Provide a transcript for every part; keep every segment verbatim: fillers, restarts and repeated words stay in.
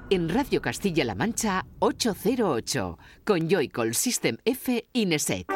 en Radio Castilla-La Mancha ochocientos ocho, con Joycall System F Inesec.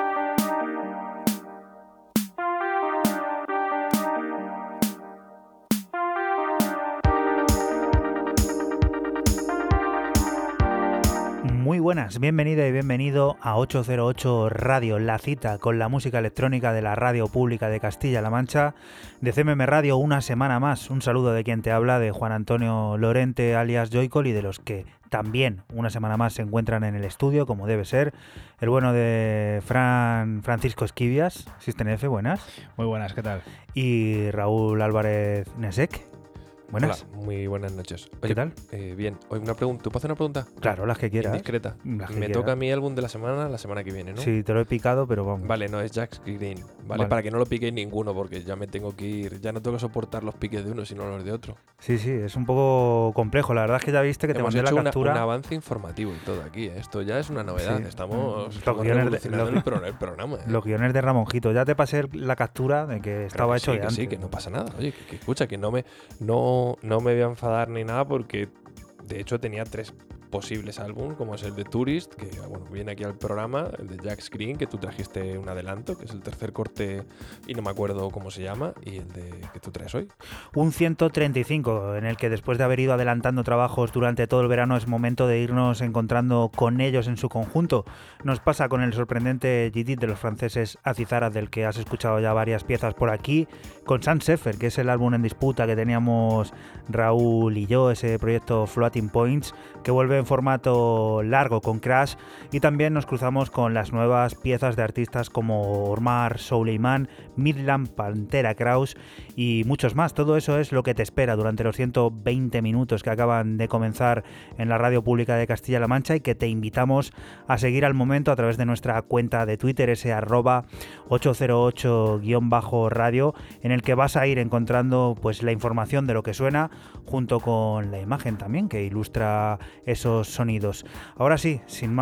Muy buenas, bienvenida y bienvenido a ochocientos ocho Radio, la cita con la música electrónica de la radio pública de Castilla-La Mancha, de C M M Radio, una semana más. Un saludo de quien te habla, de Juan Antonio Lorente, alias Joycall, y de los que también una semana más se encuentran en el estudio, como debe ser, el bueno de Fran Francisco Esquivias, System F, buenas. Muy buenas, ¿qué tal? Y Raúl Álvarez Nesek. Buenas. Hola, muy buenas noches. Oye, ¿Qué tal? Eh, bien. Oye, una pregunta. ¿Tú puedes hacer una pregunta? Claro, las que quieras. Indiscreta. Las que Me quieras. toca a mí el álbum de la semana la semana que viene, ¿no? Sí, te lo he picado, pero vamos. Vale, no, es Jack Green. Vale, Vale. para que no lo piquéis ninguno, porque ya me tengo que ir. Ya no tengo que soportar los piques de uno, sino los de otro. Sí, sí, es un poco complejo. La verdad es que ya viste que te Hemos mandé hecho la una- captura. un avance informativo y todo aquí. ¿eh? Esto ya es una novedad. Sí. Estamos, Los estamos guiones de- revolucionando los- el, pro- el programa. ¿eh? Los guiones de Ramonjito. Ya te pasé la captura de que Pero estaba que hecho sí, de que antes. sí, que no pasa nada. Oye, que, que escucha, que no me, no, no me voy a enfadar ni nada porque de hecho tenía tres posibles álbumes, como es el de Tourist, que bueno, viene aquí al programa, el de Jack Green, que tú trajiste un adelanto, que es el tercer corte y no me acuerdo cómo se llama, y el de que tú traes hoy. Un ciento treinta y cinco, en el que después de haber ido adelantando trabajos durante todo el verano es momento de irnos encontrando con ellos en su conjunto. Nos pasa con el sorprendente G D de los franceses Azizara, del que has escuchado ya varias piezas por aquí, con Sun Sefer, que es el álbum en disputa que teníamos Raúl y yo, ese proyecto Floating Points, que vuelve en formato largo con Crash, y también nos cruzamos con las nuevas piezas de artistas como Omar Souleyman, Midland Pantera Kraus y muchos más. Todo eso es lo que te espera durante los ciento veinte minutos que acaban de comenzar en la radio pública de Castilla-La Mancha, y que te invitamos a seguir al momento a través de nuestra cuenta de Twitter, ese arroba ochocientos ocho radio, en el que vas a ir encontrando pues la información de lo que suena, junto con la imagen también que ilustra esos sonidos. Ahora sí, sin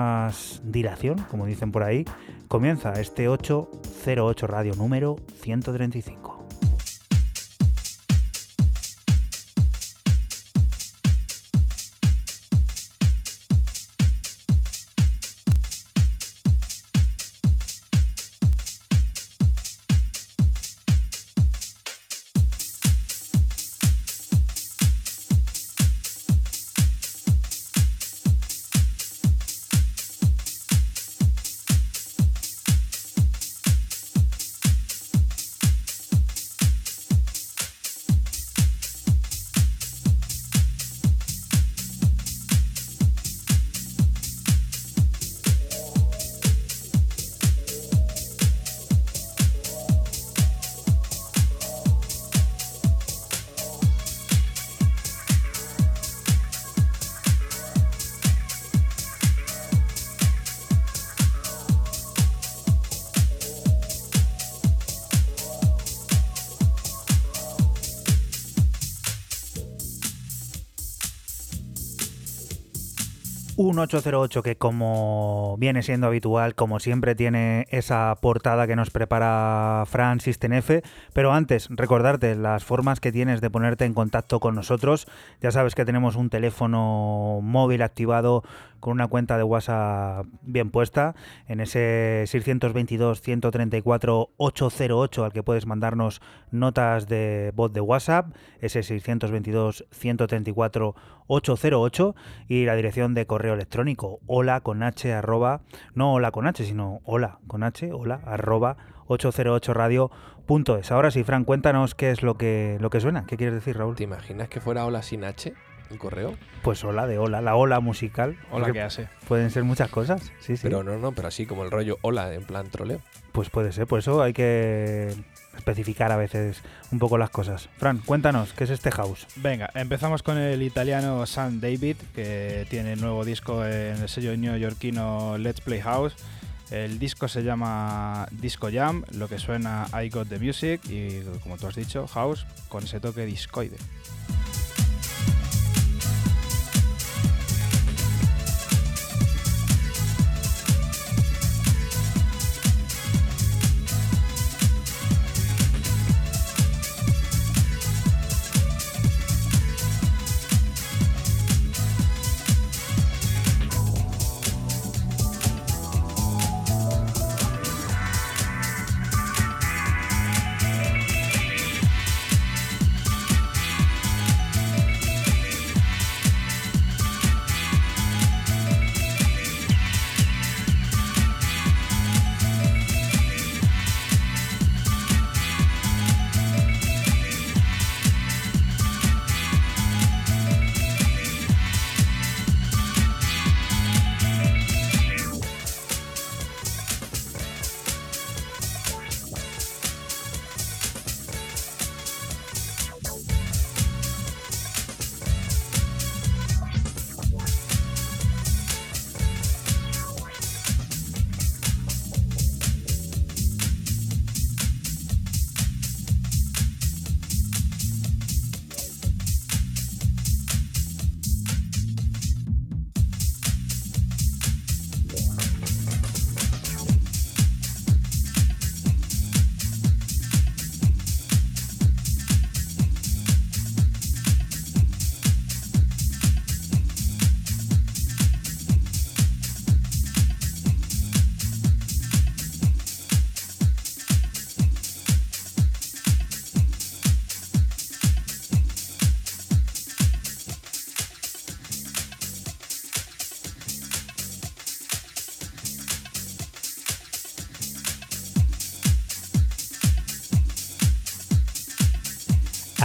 más dilación, como dicen por ahí, comienza este ochocientos ocho Radio número ciento treinta y cinco. Un ochocientos ocho que, como viene siendo habitual, como siempre, tiene esa portada que nos prepara Fran System F. Pero antes, recordarte las formas que tienes de ponerte en contacto con nosotros. Ya sabes que tenemos un teléfono móvil activado con una cuenta de WhatsApp bien puesta, en ese seiscientos veintidós, ciento treinta y cuatro, ochocientos ocho al que puedes mandarnos notas de voz de WhatsApp, ese seiscientos veintidós, ciento treinta y cuatro, ochocientos ocho, y la dirección de correo electrónico hola con h arroba, no hola con h, sino hola con h, hola arroba ochocientos ocho radio punto es. Ahora sí, Fran, cuéntanos qué es lo que, lo que suena. ¿Qué quieres decir, Raúl? ¿Te imaginas que fuera hola sin H, el correo? Pues hola de hola, la ola musical. Hola, ¿qué hace? Pueden ser muchas cosas, sí, sí. Pero no, no, pero así como el rollo hola, en plan troleo. Pues puede ser, por eso hay que especificar a veces un poco las cosas. Fran, cuéntanos, ¿qué es este house? Venga, empezamos con el italiano Sam David, que tiene nuevo disco en el sello neoyorquino Let's Play House. El disco se llama Disco Jam, lo que suena I Got The Music y, como tú has dicho, house con ese toque discoide.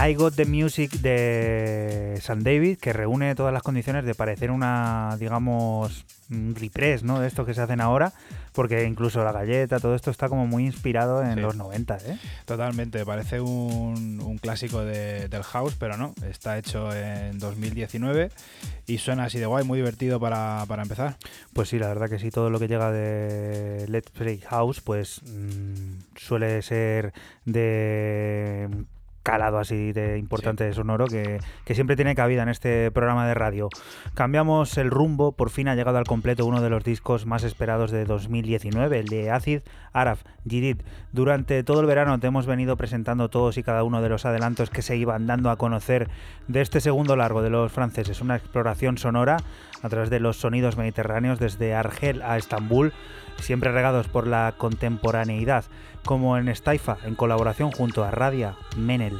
I Got the Music de Sam David, que reúne todas las condiciones de parecer una, digamos, un repress, ¿no? De esto que se hacen ahora, porque incluso la galleta, todo esto está como muy inspirado en sí. los noventa, ¿eh? Totalmente, parece un, un clásico de, del house, pero no, está hecho en dos mil diecinueve y suena así de guay, muy divertido para, para empezar. Pues sí, la verdad que sí, todo lo que llega de Let's Play House, pues mmm, suele ser de calado así de importante, sí. sonoro, que, que siempre tiene cabida en este programa de radio. Cambiamos el rumbo, por fin ha llegado al completo uno de los discos más esperados de dos mil diecinueve, el de Acid Araf Jadid. Durante todo el verano te hemos venido presentando todos y cada uno de los adelantos que se iban dando a conocer de este segundo largo de los franceses, una exploración sonora a través de los sonidos mediterráneos desde Argel a Estambul, siempre regados por la contemporaneidad, como en Staifa, en colaboración junto a Radia Menel.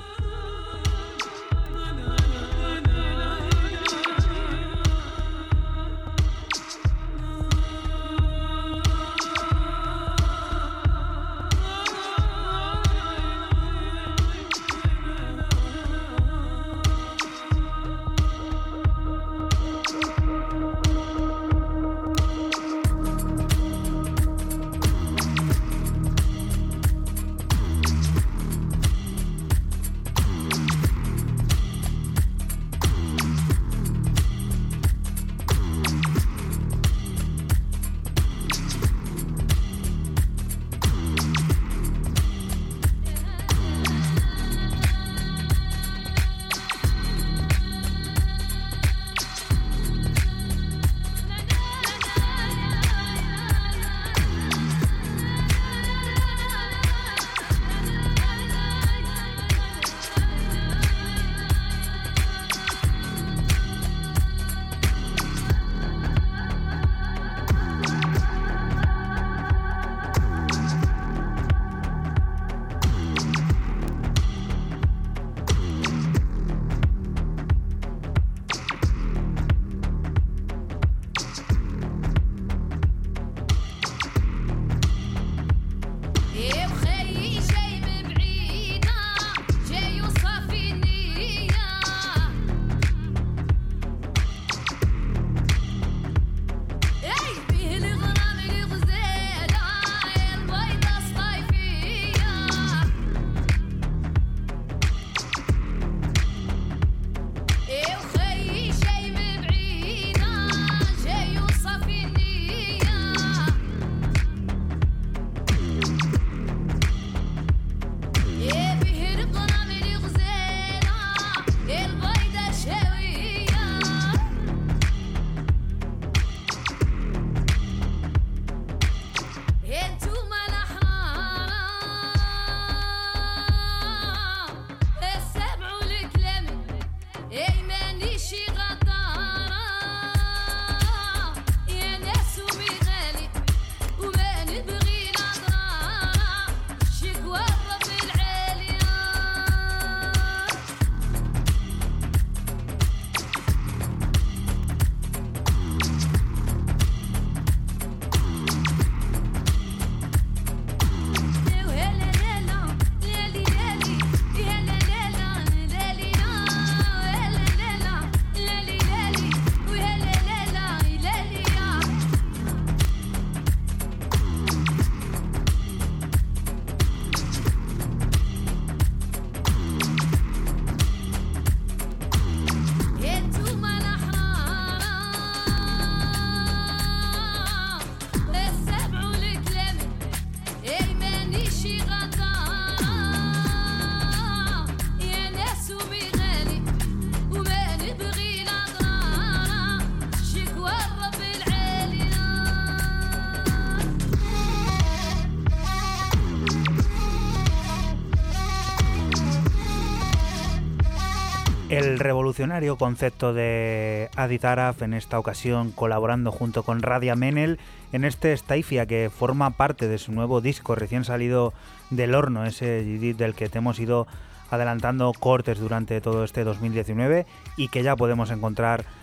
El revolucionario concepto de Acid Araf, en esta ocasión colaborando junto con Radia Menel en este Staifia, que forma parte de su nuevo disco recién salido del horno, ese Jadid del que te hemos ido adelantando cortes durante todo este dos mil diecinueve y que ya podemos encontrar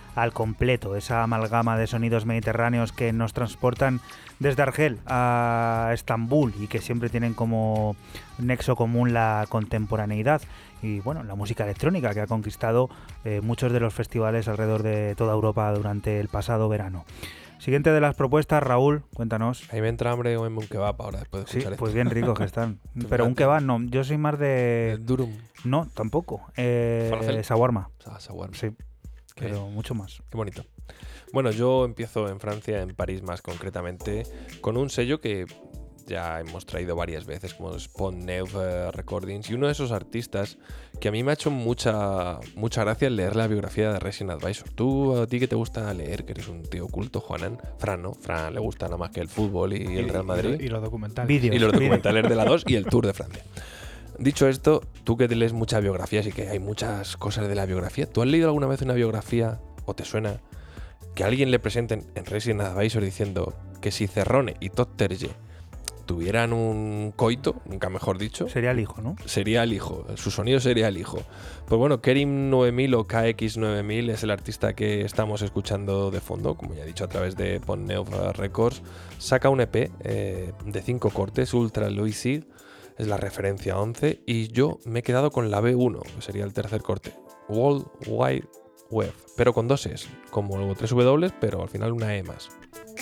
al completo, esa amalgama de sonidos mediterráneos que nos transportan desde Argel a Estambul y que siempre tienen como nexo común la contemporaneidad y bueno, la música electrónica que ha conquistado eh, muchos de los festivales alrededor de toda Europa durante el pasado verano. Siguiente de las propuestas, Raúl, cuéntanos. Ahí me entra hambre de comerme un kebab ahora después de Sí, escuchar pues esto. bien ricos que están. Pero un kebab no, yo soy más de... El durum. No, tampoco. Eh, ¿Falafel? Shawarma. Ah, shawarma. Sí, Qué- pero mucho más. Qué bonito. Bueno, yo empiezo en Francia, en París más concretamente, con un sello que ya hemos traído varias veces, como es Pont Neuf eh, Recordings, y uno de esos artistas que a mí me ha hecho mucha, mucha gracia leer la biografía de Resident Advisor. Tú, a ti que te gusta leer, que eres un tío culto, Juanan, Fran, ¿no? Fran le gusta nada más que el fútbol y el Real Madrid. Y, y los documentales. Vídeos. Y los documentales de la dos y el Tour de Francia. Dicho esto, tú que te lees muchas biografías y que hay muchas cosas de la biografía, ¿tú has leído alguna vez una biografía, o te suena, que a alguien le presenten en Resident Advisor diciendo que si Cerrone y Todd Terje tuvieran un coito, nunca mejor dicho, Sería el hijo, ¿no? sería el hijo, su sonido sería el hijo? Pues bueno, Kerim nueve mil o K X nueve mil es el artista que estamos escuchando de fondo, como ya he dicho, a través de Pont Neuf Records. Saca un E P eh, de cinco cortes, Ultra Lucid, es la referencia once, y yo me he quedado con la B uno, que sería el tercer corte, World Wide Web, pero con dos Es, como luego tres W, pero al final una E más.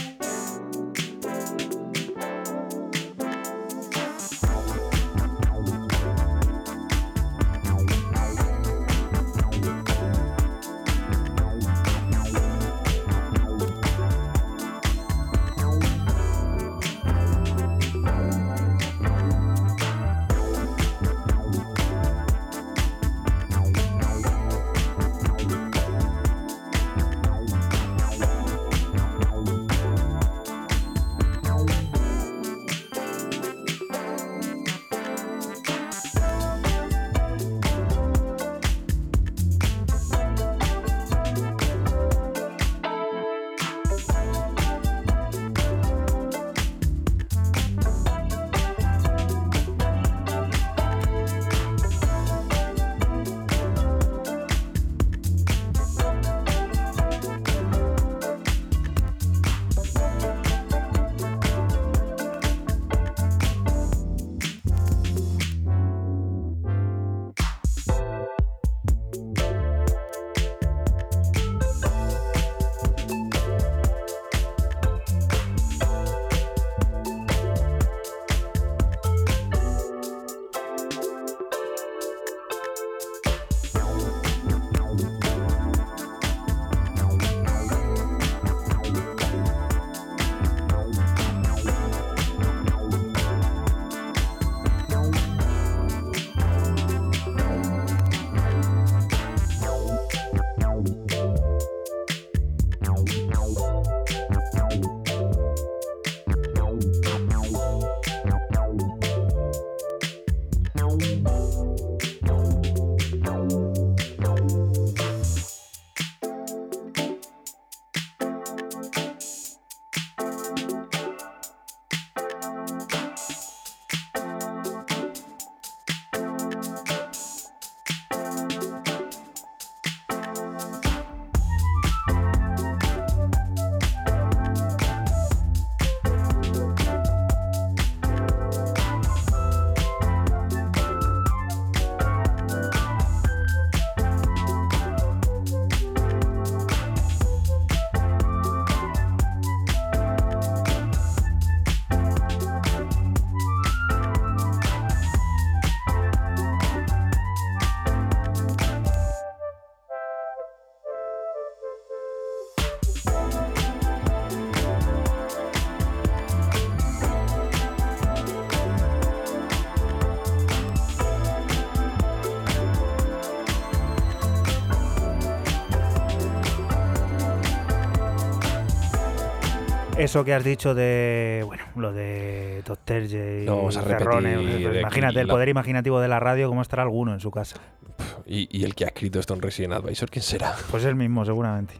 Eso que has dicho de, bueno, lo de Todd Terje y No vamos a repetir Cerrone, de pues imagínate aquí el la- poder imaginativo de la radio, cómo estará alguno en su casa. Y, y el que ha escrito esto en Resident Advisor, ¿quién será? Pues el mismo, seguramente.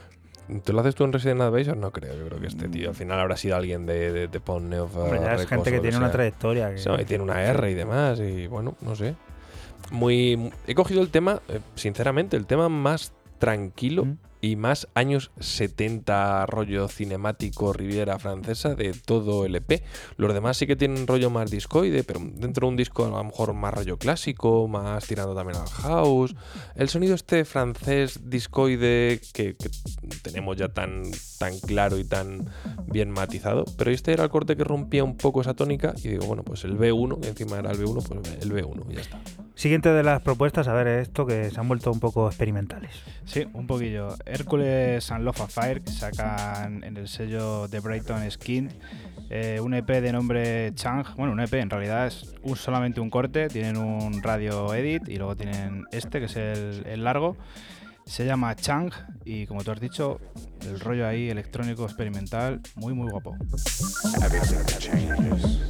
¿Te lo haces tú en Resident Advisor? No creo, yo creo que este tío al final habrá sido alguien de, de, de Pont Neuf Hombre, ya es Records gente o que lo tiene una sea. trayectoria. Que... Sí, y tiene una R y demás, y bueno, no sé. Muy, he cogido el tema, eh, sinceramente, el tema más tranquilo ¿Mm? y más años setenta rollo cinemático Riviera francesa de todo el E P. Los demás sí que tienen rollo más discoide, pero dentro de un disco a lo mejor más rollo clásico, más tirando también al house. El sonido este francés discoide que, que tenemos ya tan, tan claro y tan bien matizado, pero este era el corte que rompía un poco esa tónica y digo, bueno, pues el B uno, que encima era el B uno, pues el B uno y ya está. Siguiente de las propuestas, a ver, esto que se han vuelto un poco experimentales. Sí, un poquillo. Hércules and Love Affair, que sacan en el sello de Brighton Skin eh, un E P de nombre Chang. Bueno, un E P en realidad es un, solamente un corte, tienen un radio edit y luego tienen este, que es el, el largo. Se llama Chang y, como tú has dicho, el rollo ahí electrónico experimental, muy muy guapo. Everything changes.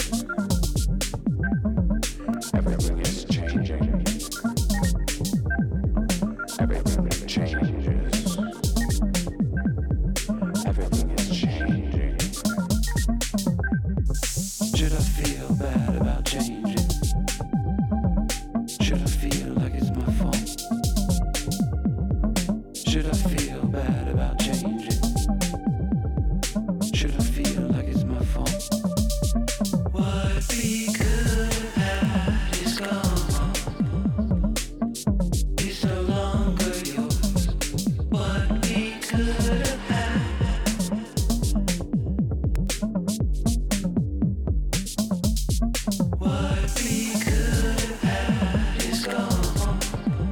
Everything is changing. Everything changes. Everything is changing. Should I feel bad about changing? Should I feel like it's my fault? Should I feel bad about changing? Should I feel like it's my fault? What we could have had is gone. It's no longer yours. What we could have had. What we could have had is gone.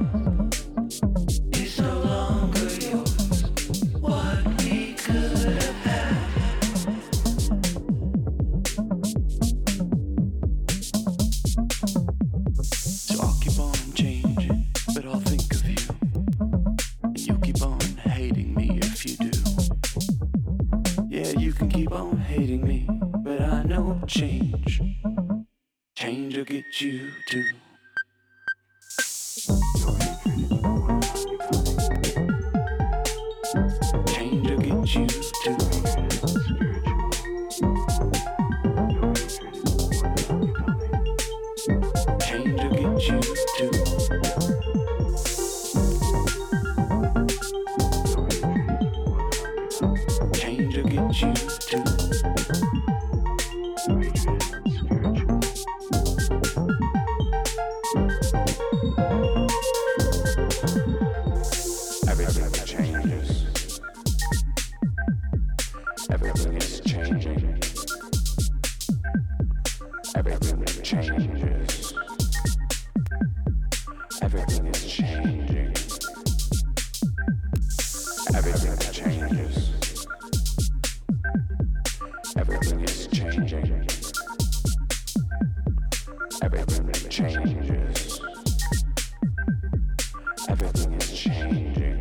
It's no longer yours. What we could have had. So I'll keep on changing, but I'll think of you. And you'll keep on hating me if you do. Yeah, you can keep on hating me, but I know change. Change will get you too. Change will get you too. Change will get you too. Change will get you too. Everything changes. Everything is changing. Everything changes. Everything is changing. Everything changes. Everything is changing. Everything changes. Everything is changing.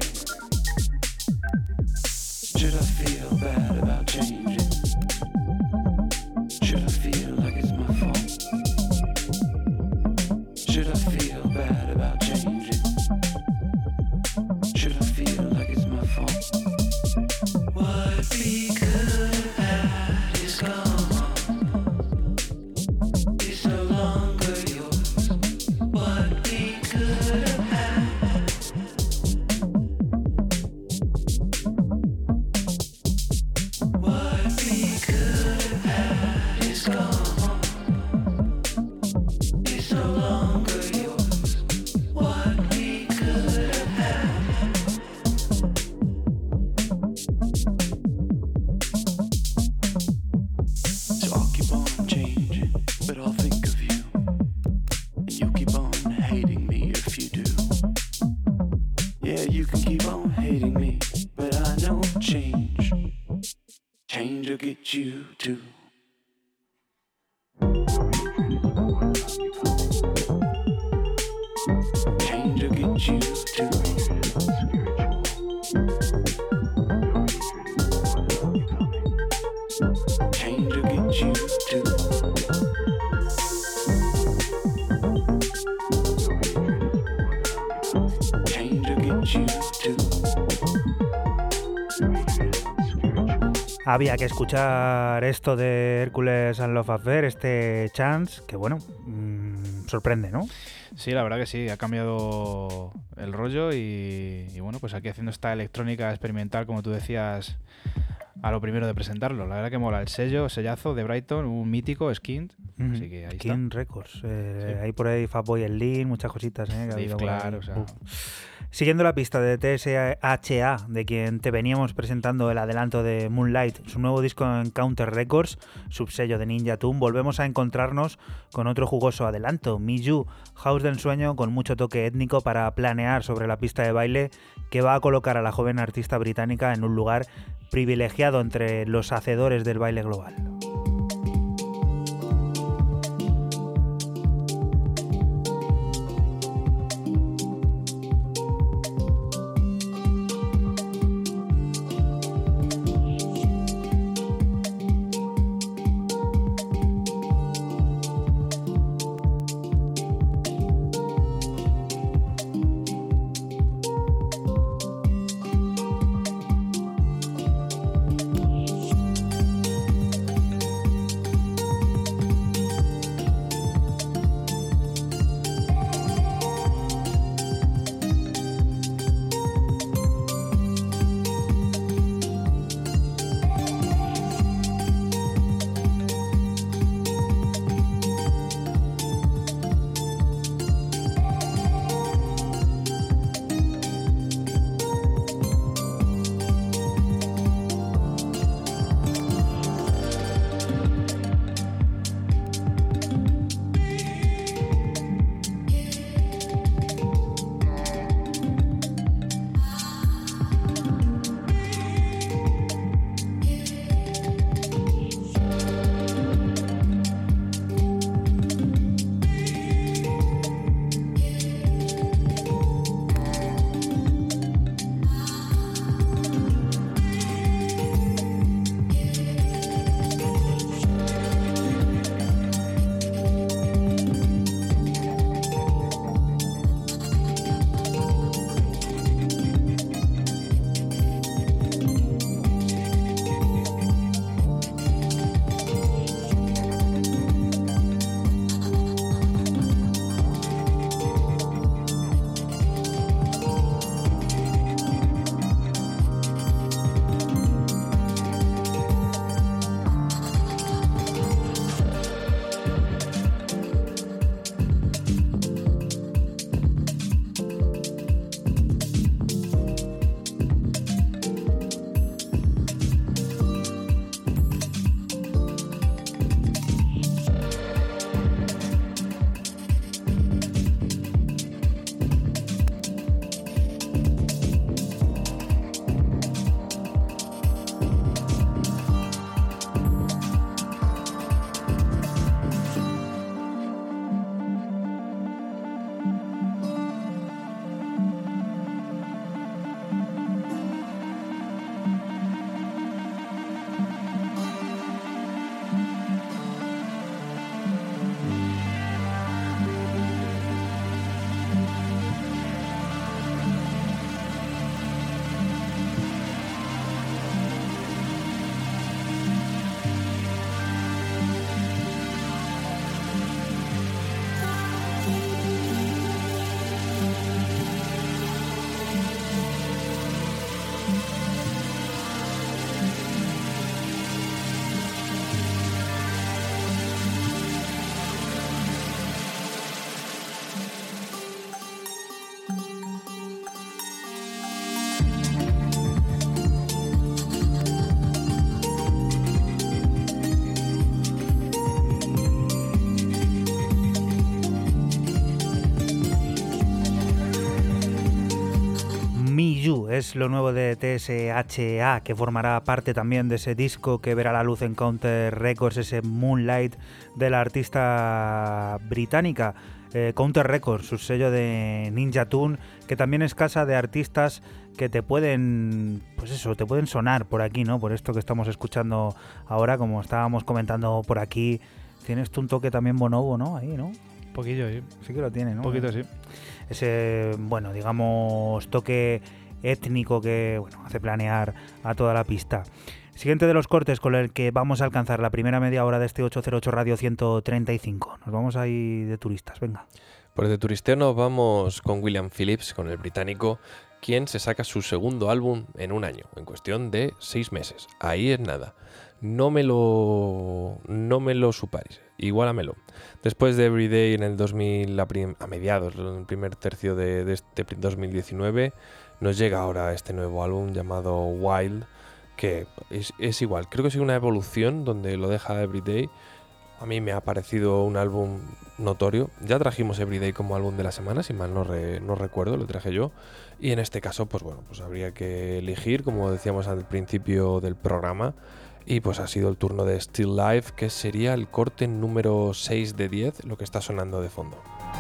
Should I feel bad about changing? Should I feel like it's my fault? Should I feel bad about changing? Should I feel like it's my fault? What we could have had is gone. It's no longer yours. What we could have had. What we could have had is gone. It's no longer yours. What we could have had. So I'll keep on changing, but I'll think of you. And you'll keep on hating me if you do. Yeah, you can keep on hating me, but I know change. Change will get you too. Change will get you too. Change will get you too. Change will get you too. Había que escuchar esto de Hércules and Love Affair, este Chance, que bueno, mmm, sorprende, ¿no? Sí, la verdad que sí, ha cambiado el rollo y, y bueno, pues aquí haciendo esta electrónica experimental, como tú decías, a lo primero de presentarlo. La verdad que mola el sello, sellazo de Brighton, un mítico, Skint, Mm-hmm. así que ahí King está. Records. Eh, Sí. Hay por ahí Fatboy el Lean, muchas cositas, ¿eh? Que ha Dave habido por ahí. Clark, o sea... Uf. Siguiendo la pista de T S H A, de quien te veníamos presentando el adelanto de Moonlight, su nuevo disco en Counter Records, subsello de Ninja Tune, volvemos a encontrarnos con otro jugoso adelanto, Miju, house del sueño con mucho toque étnico para planear sobre la pista de baile que va a colocar a la joven artista británica en un lugar privilegiado entre los hacedores del baile global. Es lo nuevo de T S H A, que formará parte también de ese disco que verá la luz en Counter Records, ese Moonlight de la artista británica. Eh, Counter Records, su sello de Ninja Tune, que también es casa de artistas que te pueden, pues eso, te pueden sonar por aquí, ¿no? Por esto que estamos escuchando ahora, como estábamos comentando por aquí. Tienes tú un toque también bonobo, ¿no? Ahí, ¿no? Un poquillo, sí. Sí que lo tiene, ¿no? Un poquito, sí. Ese, bueno, digamos, toque étnico que, bueno, hace planear a toda la pista. Siguiente de los cortes con el que vamos a alcanzar la primera media hora de este ochocientos ocho Radio ciento treinta y cinco. Nos vamos ahí de turistas, venga. Pues de turisteo nos vamos con William Phillips, con el británico, quien se saca su segundo álbum en un año, en cuestión de seis meses. Ahí es nada. No me lo no me lo supáis, igualamelo. Después de Everyday en el dos mil, la prim, a mediados, en el primer tercio de, de este dos mil diecinueve, nos llega ahora este nuevo álbum llamado Wild, que es, es igual, creo que es una evolución donde lo deja Everyday. A mí me ha parecido un álbum notorio. Ya trajimos Everyday como álbum de la semana, si mal no, re, no recuerdo, lo traje yo. Y en este caso, pues bueno, pues habría que elegir, como decíamos al principio del programa. Y pues ha sido el turno de Still Life, que sería el corte número seis de diez, lo que está sonando de fondo.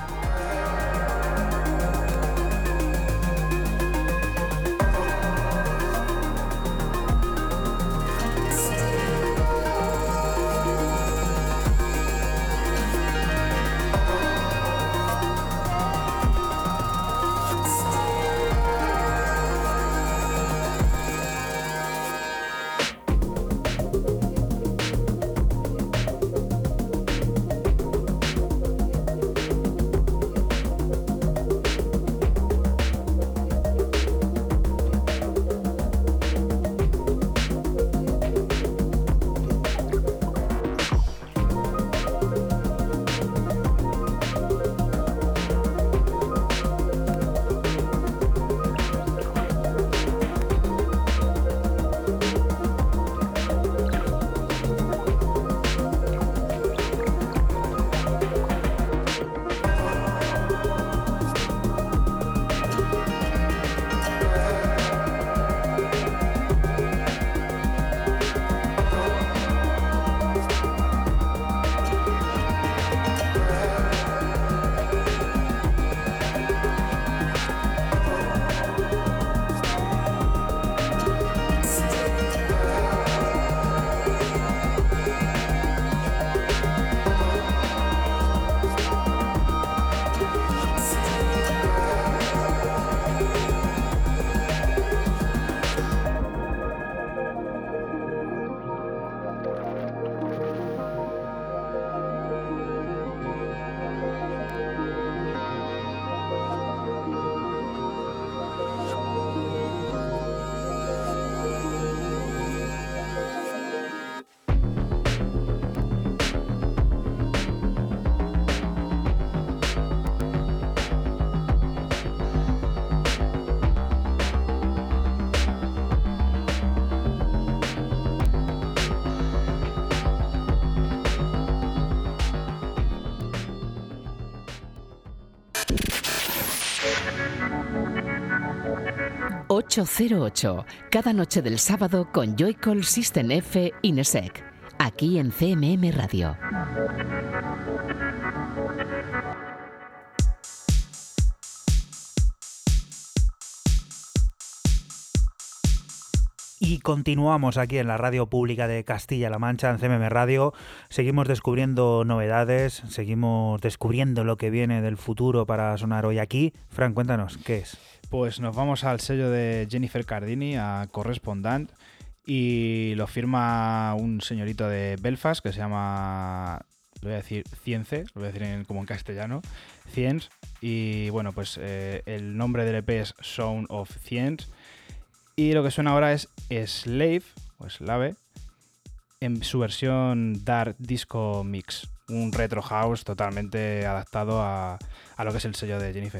ochocientos ocho, cada noche del sábado con Joycall System F Inesec, aquí en C M M Radio. Y continuamos aquí en la radio pública de Castilla-La Mancha, en C M M Radio. Seguimos descubriendo novedades, seguimos descubriendo lo que viene del futuro para sonar hoy aquí. Fran, cuéntanos, ¿qué es? Pues nos vamos al sello de Jennifer Cardini, a Correspondant, y lo firma un señorito de Belfast que se llama, lo voy a decir Cience, lo voy a decir en, como en castellano, Cience, y bueno, pues eh, el nombre del E P es Sound of Cience, y lo que suena ahora es Slave, o Slave, en su versión Dark Disco Mix, un retro house totalmente adaptado a, a lo que es el sello de Jennifer.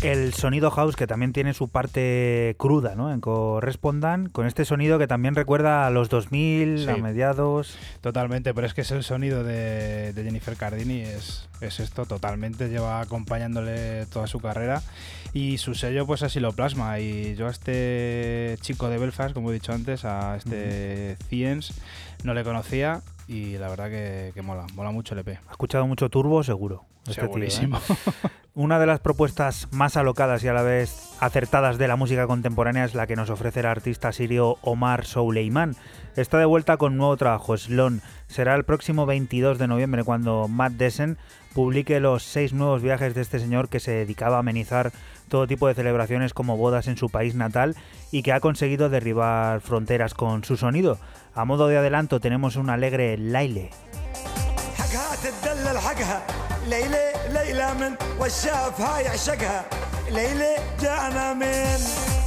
el sonido house, que también tiene su parte cruda, ¿no? En Correspondant, con este sonido que también recuerda a los dos mil, sí, a mediados. Totalmente, pero es que es el sonido de, de Jennifer Cardini, es, es esto totalmente, lleva acompañándole toda su carrera y su sello pues así lo plasma. Y yo a este chico de Belfast, como he dicho antes, a este uh-huh. Ciens, no le conocía y la verdad que, que mola, mola mucho el E P. ¿Ha escuchado mucho Turbo? Seguro. Este Segurísimo. Tío, ¿eh? Una de las propuestas más alocadas y a la vez acertadas de la música contemporánea es la que nos ofrece el artista sirio Omar Souleyman. Está de vuelta con nuevo trabajo, Slon. Será el próximo veintidós de noviembre cuando Matt Dessen publique los seis nuevos viajes de este señor que se dedicaba a amenizar todo tipo de celebraciones como bodas en su país natal y que ha conseguido derribar fronteras con su sonido. A modo de adelanto tenemos un alegre Laile. ليلى ليلى من والشافها يعشقها ليلى جانا من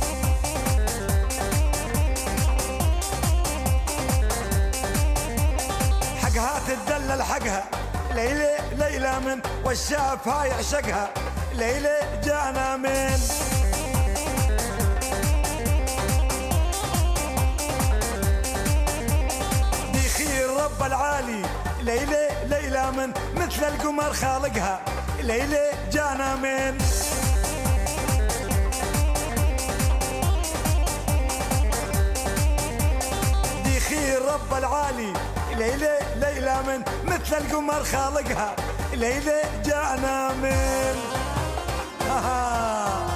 حقها تدلل حقها ليلى ليلى من والشافها يعشقها ليلى جانا من بخير رب العالي ليلى ليلى من مثل القمر خالقها ليلى جانا من دي خير رب العالي ليلى ليلى من مثل القمر خالقها ليلى جانا من آه.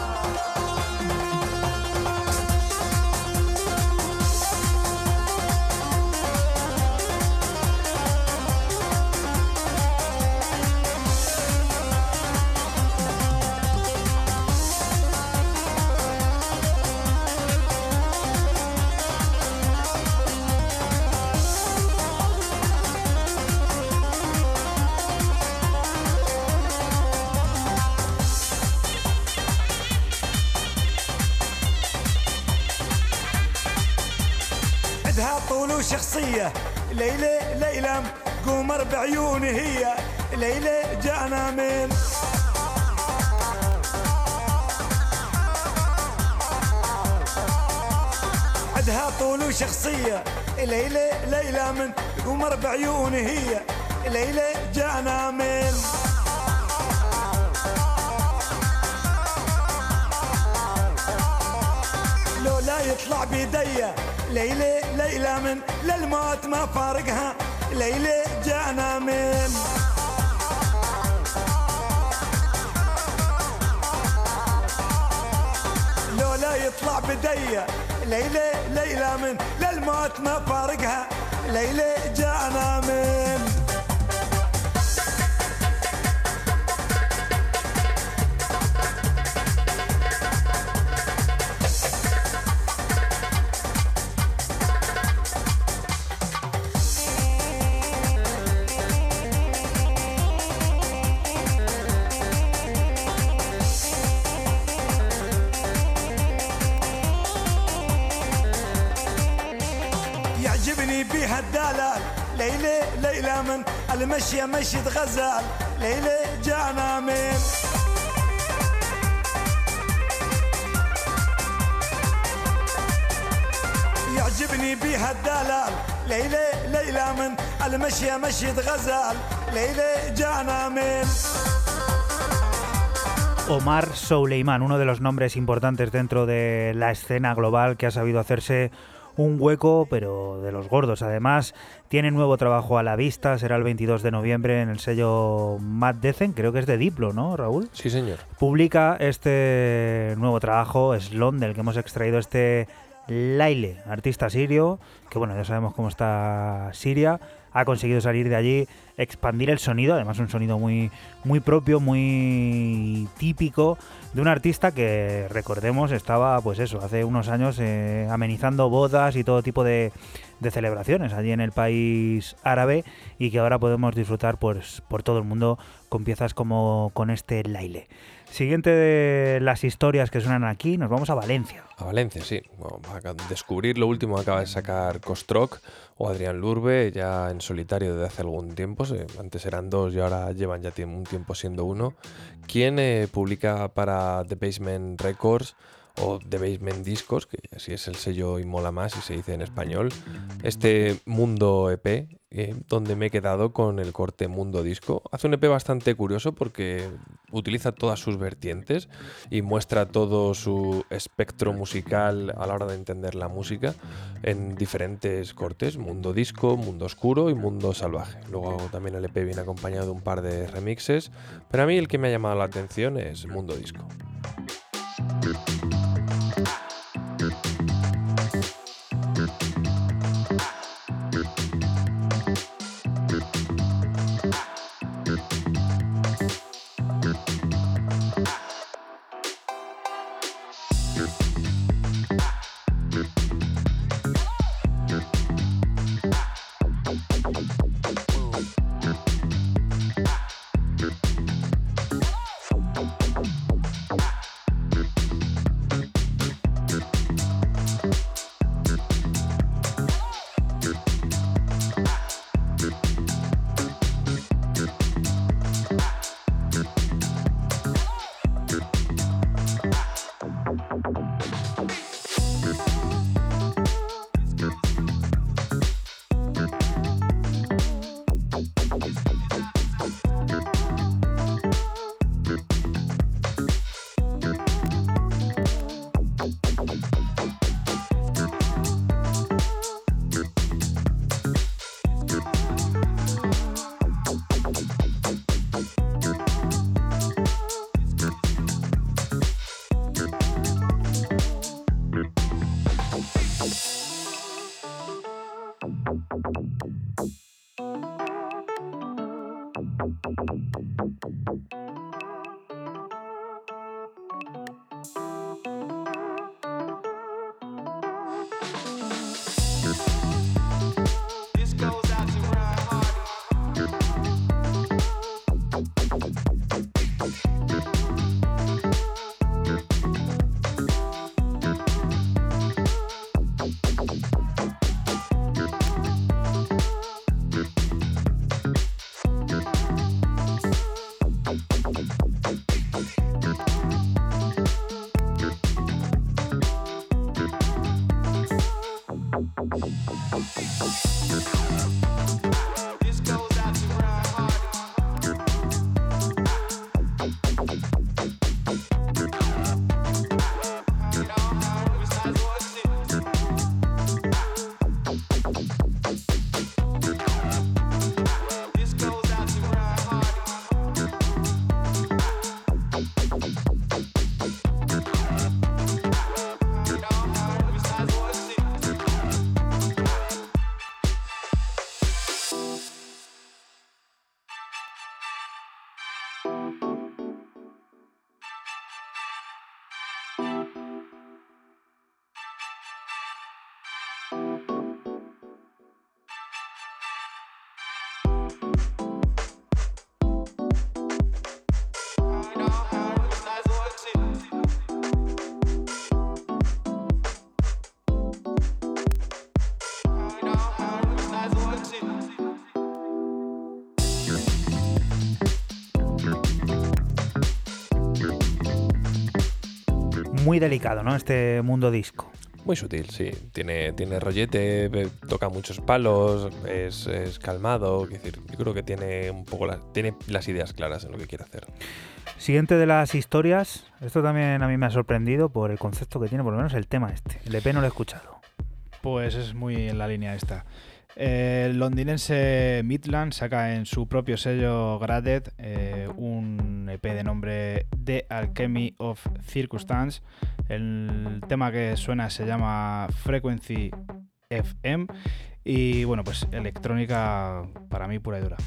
طول شخصية ليلى ليلى قمر بعيوني هي ليلى جانا من عدها طول شخصية ليلى ليلى من قمر بعيوني هي ليلى جانا من لو لا يطلع بيديا ليلى ليلى من للموت ما فارقها ليلى جانا من لو لا يطلع بديا ليلى ليلى من للموت ما فارقها ليلى جانا من بيها الدلال ليلى ليلى من المشية مشية غزال ليلى جانا من يعجبني بيها الدلال ليلى ليلى من المشية مشية غزال ليلى جانا من Omar Souleyman, uno de los nombres importantes dentro de la escena global que ha sabido hacerse un hueco, pero de los gordos. Además, tiene nuevo trabajo a la vista, será el veintidós de noviembre en el sello Matt Dessen, creo que es de Diplo, ¿no, Raúl? Sí, señor. Publica este nuevo trabajo, Slon, del que hemos extraído este Laile, artista sirio, que bueno, ya sabemos cómo está Siria, ha conseguido salir de allí, expandir el sonido, además un sonido muy, muy propio, muy típico de un artista que, recordemos, estaba, pues eso, hace unos años eh, amenizando bodas y todo tipo de, de celebraciones allí en el país árabe y que ahora podemos disfrutar pues, por todo el mundo con piezas como con este Laile. Siguiente de las historias que suenan aquí, nos vamos a Valencia. A Valencia, sí. Vamos a descubrir lo último que acaba de sacar Kostrock o Adrián Lurbe, ya en solitario desde hace algún tiempo. discos, eh, antes eran dos y ahora llevan ya un tiempo siendo uno, quien eh, publica para The Basement Records o The Basement Discos, que así es el sello y mola más y se dice en español, este Mundo E P, eh, donde me he quedado con el corte Mundo Disco. Hace un E P bastante curioso porque utiliza todas sus vertientes y muestra todo su espectro musical a la hora de entender la música en diferentes cortes: Mundo Disco, Mundo Oscuro y Mundo Salvaje. Luego también el E P viene acompañado de un par de remixes, pero a mí el que me ha llamado la atención es Mundo Disco. Muy delicado, ¿no? Este Mundo Disco. Muy sutil, sí. Tiene, tiene rollete, toca muchos palos, es, es calmado. Es decir, yo creo que tiene un poco la, tiene las ideas claras en lo que quiere hacer. Siguiente de las historias, esto también a mí me ha sorprendido por el concepto que tiene, por lo menos el tema este. El E P no lo he escuchado. Pues es muy en la línea esta. El londinense Midland saca en su propio sello Graded eh, un E P de nombre The Alchemy of Circumstance. El tema que suena se llama Frequency F M y bueno, pues electrónica para mí pura y dura.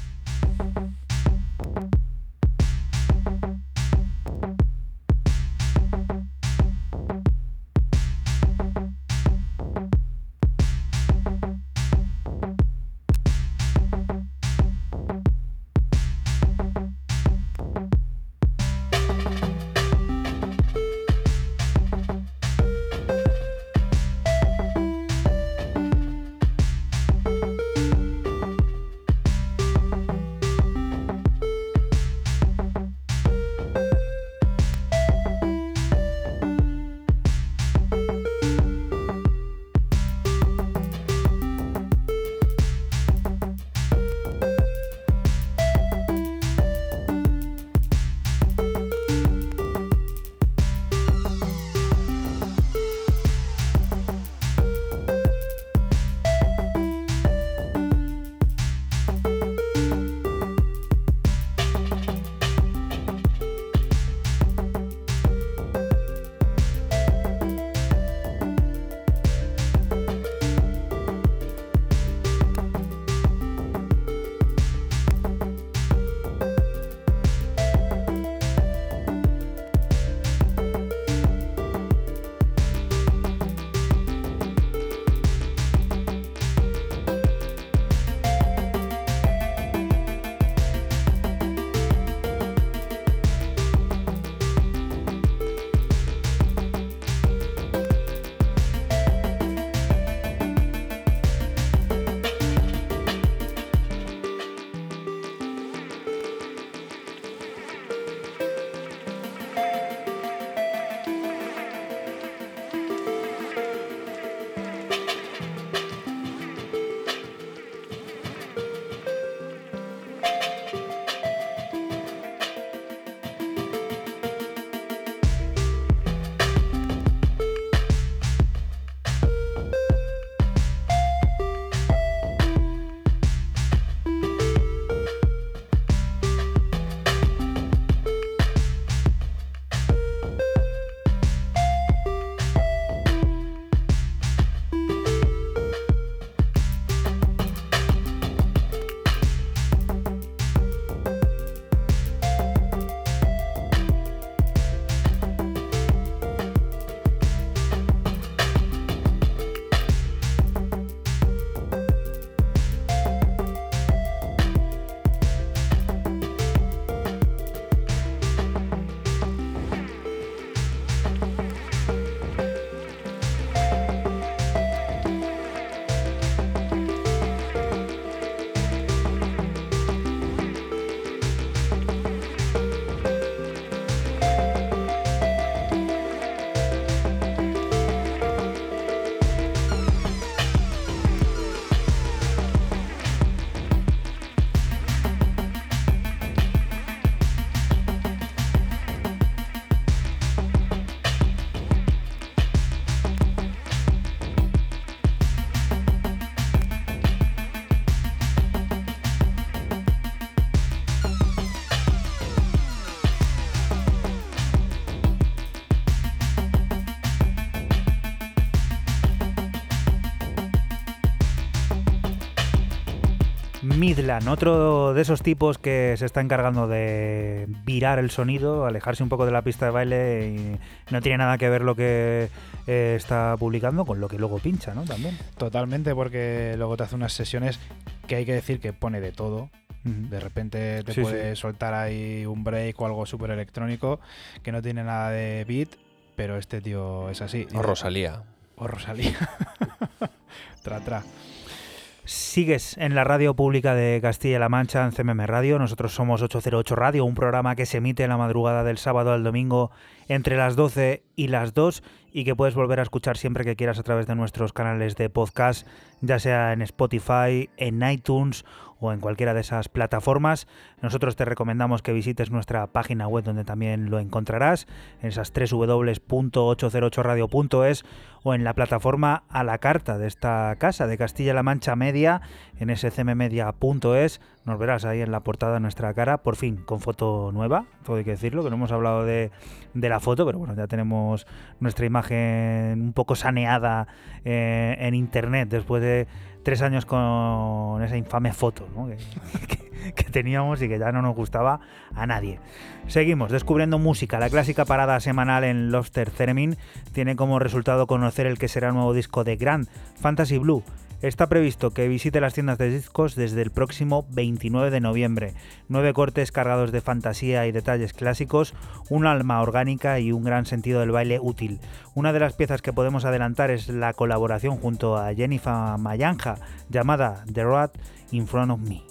Midland, otro de esos tipos que se está encargando de virar el sonido, alejarse un poco de la pista de baile y no tiene nada que ver lo que eh, está publicando con lo que luego pincha, ¿no? También. Totalmente, porque luego te hace unas sesiones que hay que decir que pone de todo. Uh-huh. De repente te sí, puede sí. soltar ahí un break o algo súper electrónico que no tiene nada de beat, pero este tío es así. O Rosalía. O Rosalía. tra, tra. Sigues en la radio pública de Castilla-La Mancha, en C M M Radio. Nosotros somos ochocientos ocho Radio, un programa que se emite en la madrugada del sábado al domingo entre las doce y las dos y que puedes volver a escuchar siempre que quieras a través de nuestros canales de podcast, ya sea en Spotify, en iTunes o en cualquiera de esas plataformas. Nosotros te recomendamos que visites nuestra página web donde también lo encontrarás, en esas doble u doble u doble u punto ochocientos ocho radio punto es o en la plataforma a la carta de esta casa de Castilla-La Mancha Media, en ese c m media punto es. Nos verás ahí en la portada nuestra cara, por fin, con foto nueva, todo hay que decirlo, que no hemos hablado de, de la foto, pero bueno, ya tenemos nuestra imagen un poco saneada eh, en internet después de tres años con esa infame foto, ¿no? que, que, que teníamos y que ya no nos gustaba a nadie. Seguimos descubriendo música. La clásica parada semanal en Lobster Theremin tiene como resultado conocer el que será el nuevo disco de Grand, Fantasy Blue. Está previsto que visite las tiendas de discos desde el próximo veintinueve de noviembre. Nueve cortes cargados de fantasía y detalles clásicos, un alma orgánica y un gran sentido del baile útil. Una de las piezas que podemos adelantar es la colaboración junto a Jennifer Mayanja, llamada The Road in Front of Me.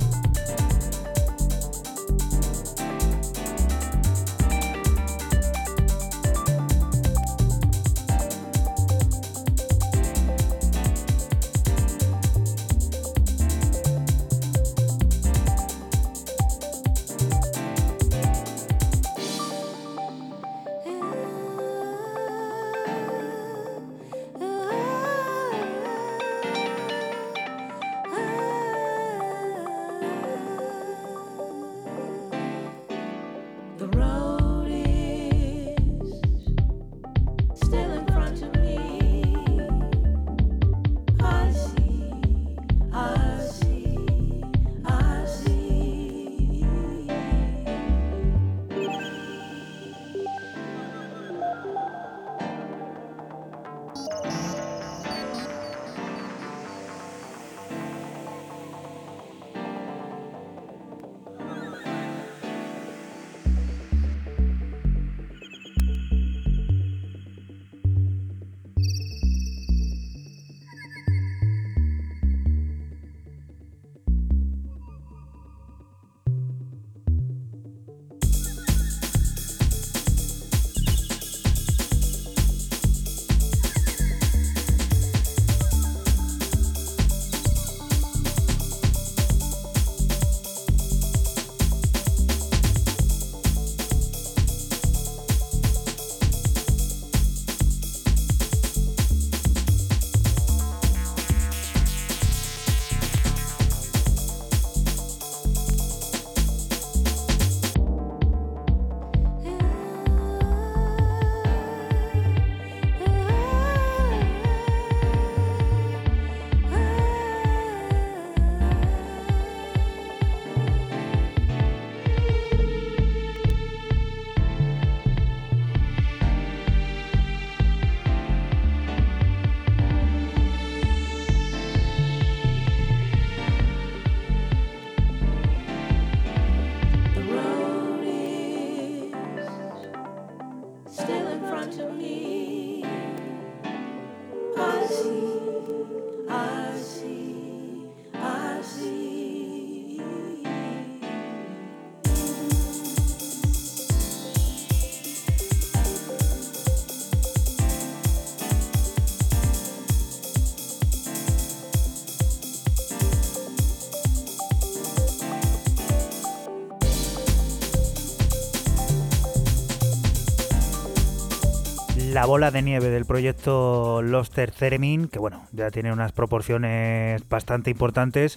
La bola de nieve del proyecto Lobster Theremin, que bueno, ya tiene unas proporciones bastante importantes,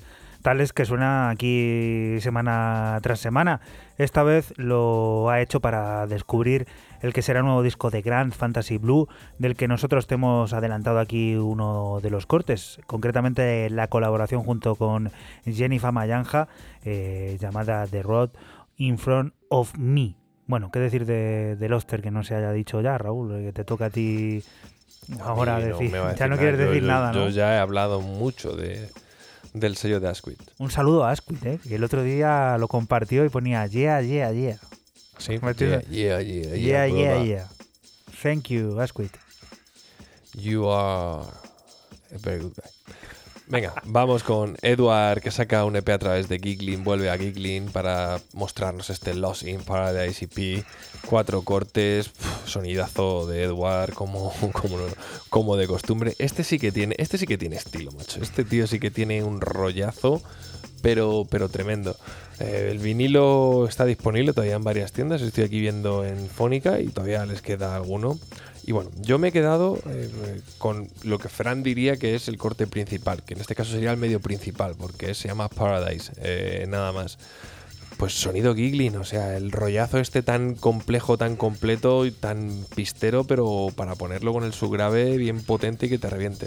tales que suena aquí semana tras semana. Esta vez lo ha hecho para descubrir el que será el nuevo disco de Grand Fantasy Blue, del que nosotros te hemos adelantado aquí uno de los cortes, concretamente la colaboración junto con Jennifer Mayanja, eh, llamada The Road in Front of Me. Bueno, ¿qué decir de, de Loster que no se haya dicho ya, Raúl? Que te toca a ti ahora no decir. me va a Ya no decir quieres nada. decir yo, nada, yo, ¿no? Yo ya he hablado mucho de, del sello de Asquith. Un saludo a Asquith, ¿eh? Que el otro día lo compartió y ponía yeah, yeah, yeah. Sí, Me yeah, tienes- yeah, yeah, Yeah, yeah, yeah, brother. yeah. Thank you, Asquith. You are a very good guy. Venga, vamos con Edward, que saca un E P a través de Giggling, vuelve a Giggling para mostrarnos este Lost in Paradise E P. Cuatro cortes, pf, sonidazo de Edward, como, como, como de costumbre. Este sí que tiene, este sí que tiene estilo, macho. Este tío sí que tiene un rollazo, pero, pero tremendo. Eh, el vinilo está disponible todavía en varias tiendas. Estoy aquí viendo en Fónica y todavía les queda alguno. Y bueno, yo me he quedado eh, con lo que Fran diría que es el corte principal, que en este caso sería el medio principal, porque se llama Paradise, eh, nada más. Pues sonido Giggling, o sea, el rollazo este tan complejo, tan completo y tan pistero, pero para ponerlo con el subgrave bien potente y que te reviente.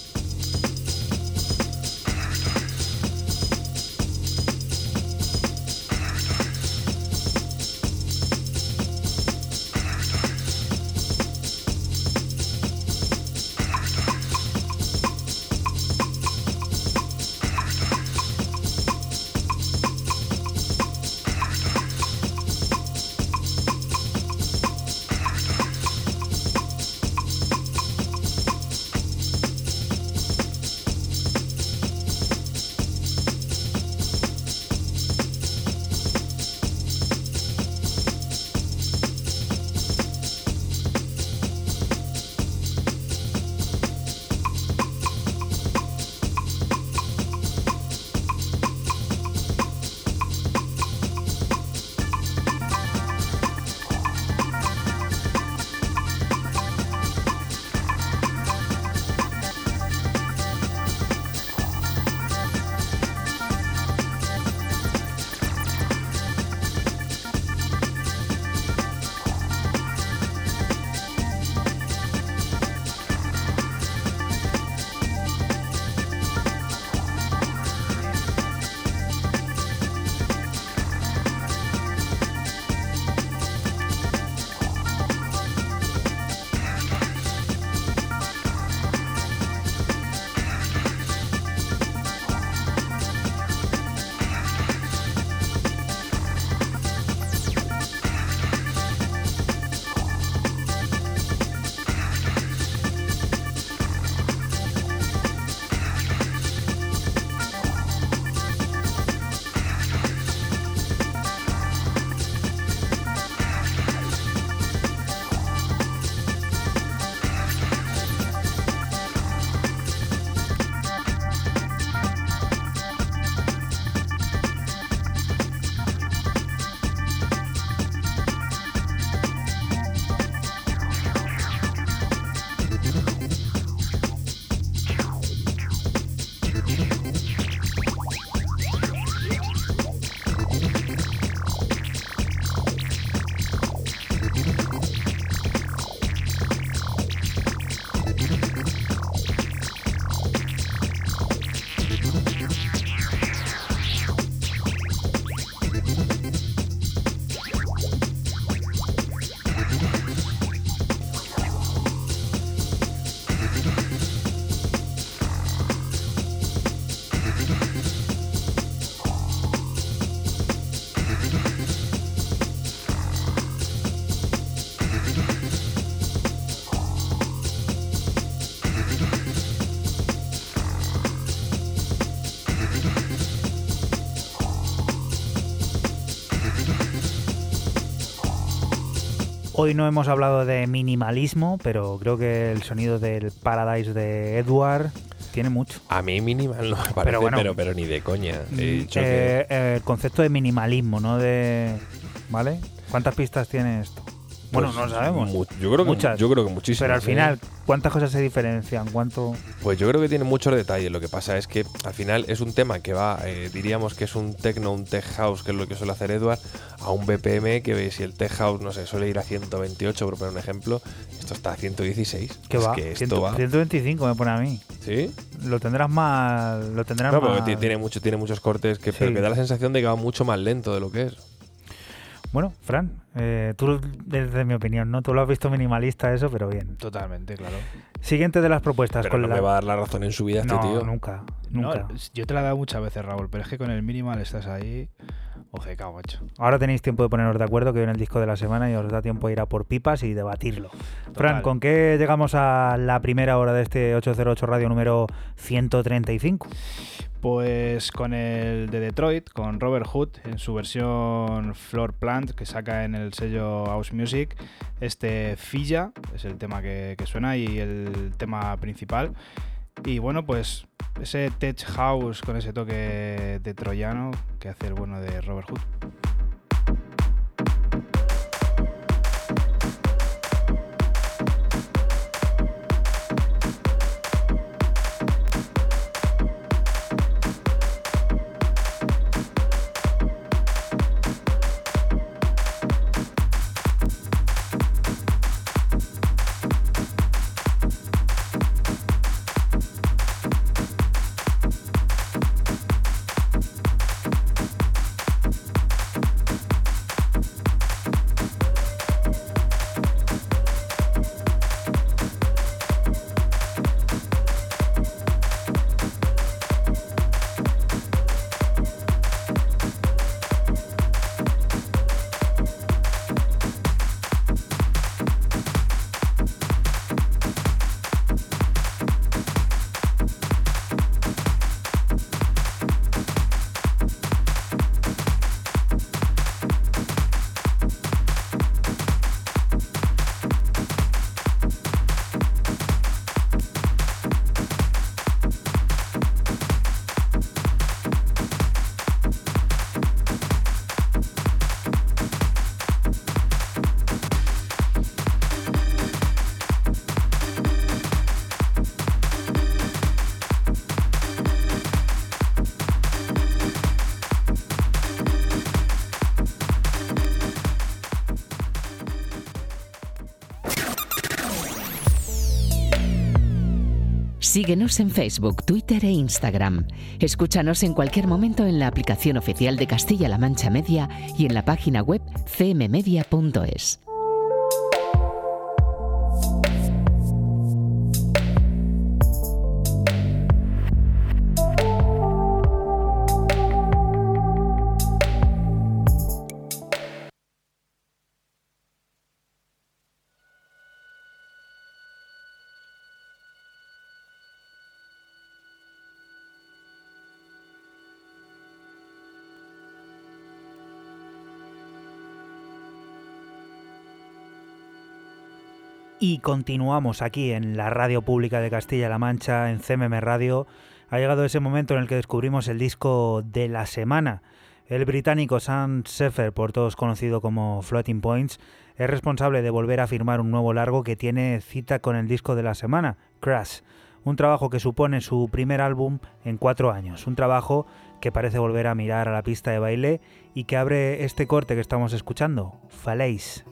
Hoy no hemos hablado de minimalismo, pero creo que el sonido del Paradise de Edward tiene mucho. A mí minimal no me parece, Pero pero, bueno. pero, ni de coña. He Mm, dicho eh, eh, el concepto de minimalismo, ¿no? De, ¿vale? ¿Cuántas pistas tiene esto? Bueno, Pues, no lo sabemos. mu- yo, creo que, Muchas. yo creo que muchísimas. Pero al ¿eh? final, ¿cuántas cosas se diferencian? ¿Cuánto...? Pues yo creo que tiene muchos detalles. Lo que pasa es que al final es un tema que va, eh, diríamos que es un techno, un tech house, que es lo que suele hacer Edward, a un B P M que si el tech house, no sé, suele ir a ciento veintiocho, por poner un ejemplo, esto está a ciento dieciséis. ¿Qué es va? que esto ciento, va. ciento veinticinco me pone a mí. ¿Sí? Lo tendrás más... Lo tendrás No, más... porque ti- tiene, mucho, tiene muchos cortes, que, pero Sí. que da la sensación de que va mucho más lento de lo que es. Bueno, Fran, eh, tú, desde mi opinión, ¿no? Tú lo has visto minimalista eso, pero bien. Totalmente, claro. Siguiente de las propuestas. Pero con no la... me va a dar la razón en su vida este No, tío. nunca, nunca. No, yo te la he dado muchas veces, Raúl, pero es que con el minimal estás ahí. Oje, cago, macho. Ahora tenéis tiempo de poneros de acuerdo que viene el disco de la semana y os da tiempo a ir a por pipas y debatirlo. Fran, ¿con qué llegamos a la primera hora de este ochocientos ocho Radio número ciento treinta y cinco? Pues con el de Detroit, con Robert Hood, en su versión Floor Plant, que saca en el sello House Music. Este Filla es el tema que, que suena y el tema principal. Y bueno, pues ese tech house con ese toque de troyano que hace el bueno de Robert Hood. Síguenos en Facebook, Twitter e Instagram. Escúchanos en cualquier momento en la aplicación oficial de Castilla-La Mancha Media y en la página web c m media punto es. Y continuamos aquí en la radio pública de Castilla-La Mancha, en C M M Radio. Ha llegado ese momento en el que descubrimos el disco de la semana. El británico Sam Shepard, por todos conocido como Floating Points, es responsable de volver a firmar un nuevo largo que tiene cita con el disco de la semana, Crash. Un trabajo que supone su primer álbum en cuatro años. Un trabajo que parece volver a mirar a la pista de baile y que abre este corte que estamos escuchando, Falaise.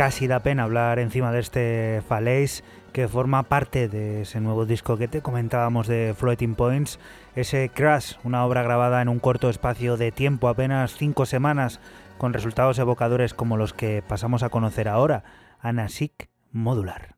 casi da pena hablar encima de este Falaise, que forma parte de ese nuevo disco que te comentábamos de Floating Points, ese Crash, una obra grabada en un corto espacio de tiempo, apenas cinco semanas, con resultados evocadores como los que pasamos a conocer ahora, Anasic Modular.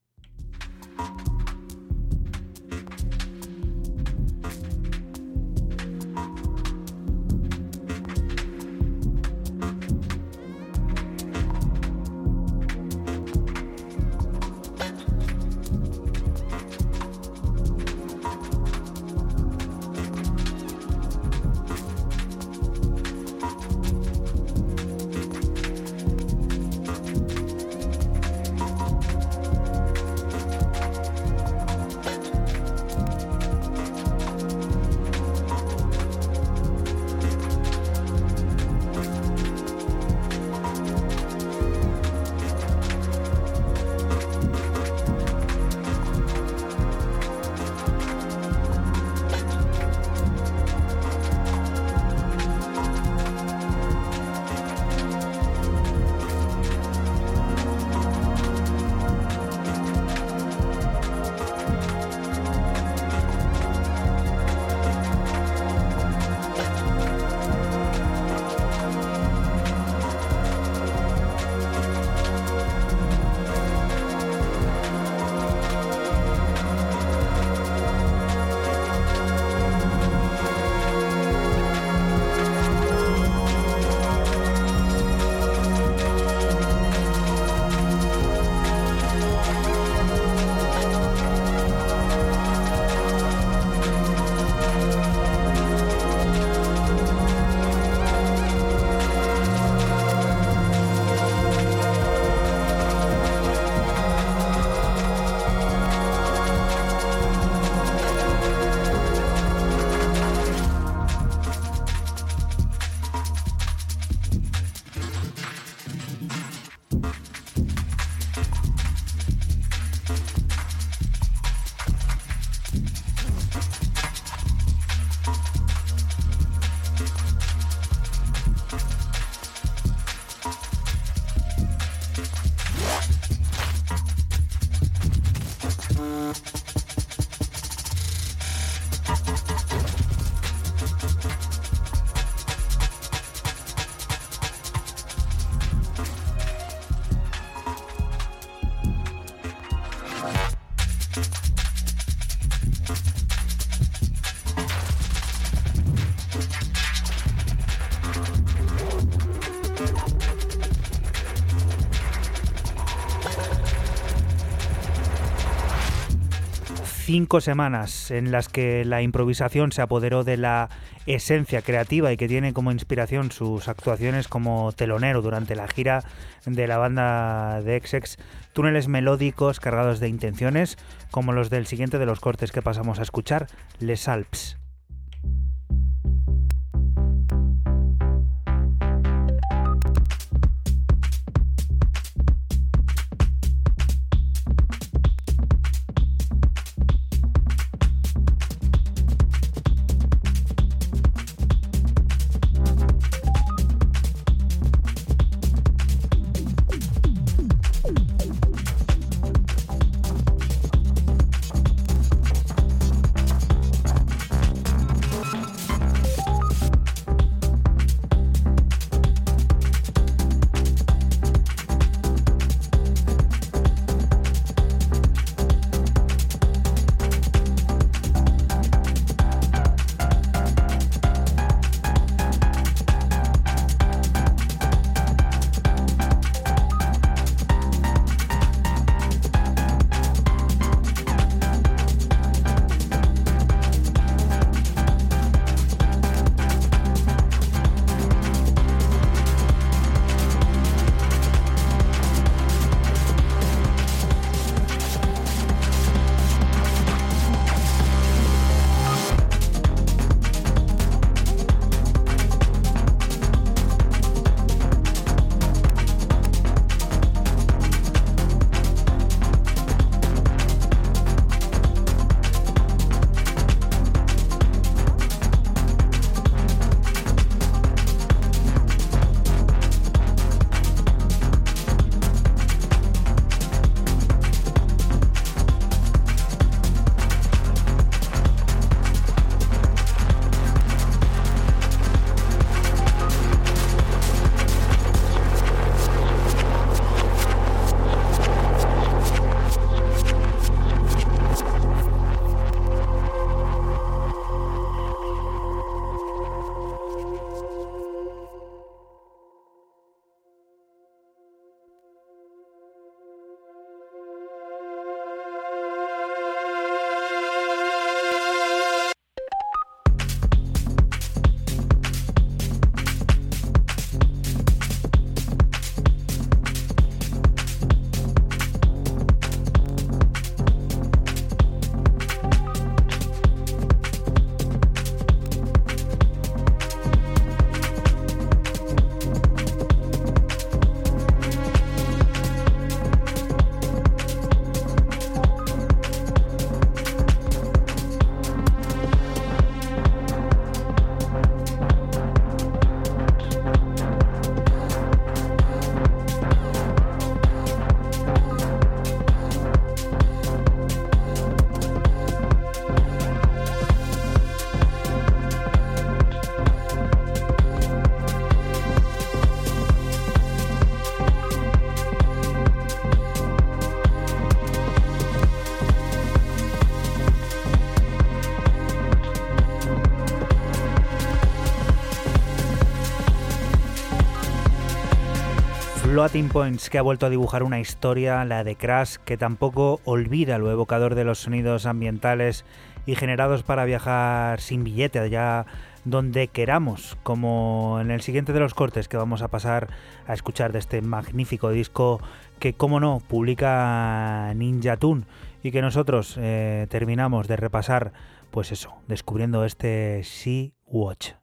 Cinco semanas en las que la improvisación se apoderó de la esencia creativa y que tiene como inspiración sus actuaciones como telonero durante la gira de la banda de Essex, túneles melódicos cargados de intenciones como los del siguiente de los cortes que pasamos a escuchar, Les Alpes. Floating Points, que ha vuelto a dibujar una historia, la de Crash, que tampoco olvida lo evocador de los sonidos ambientales y generados para viajar sin billete allá donde queramos, como en el siguiente de los cortes que vamos a pasar a escuchar de este magnífico disco que, como no, publica Ninja Tune y que nosotros eh, terminamos de repasar, pues eso, descubriendo este Sea Watch.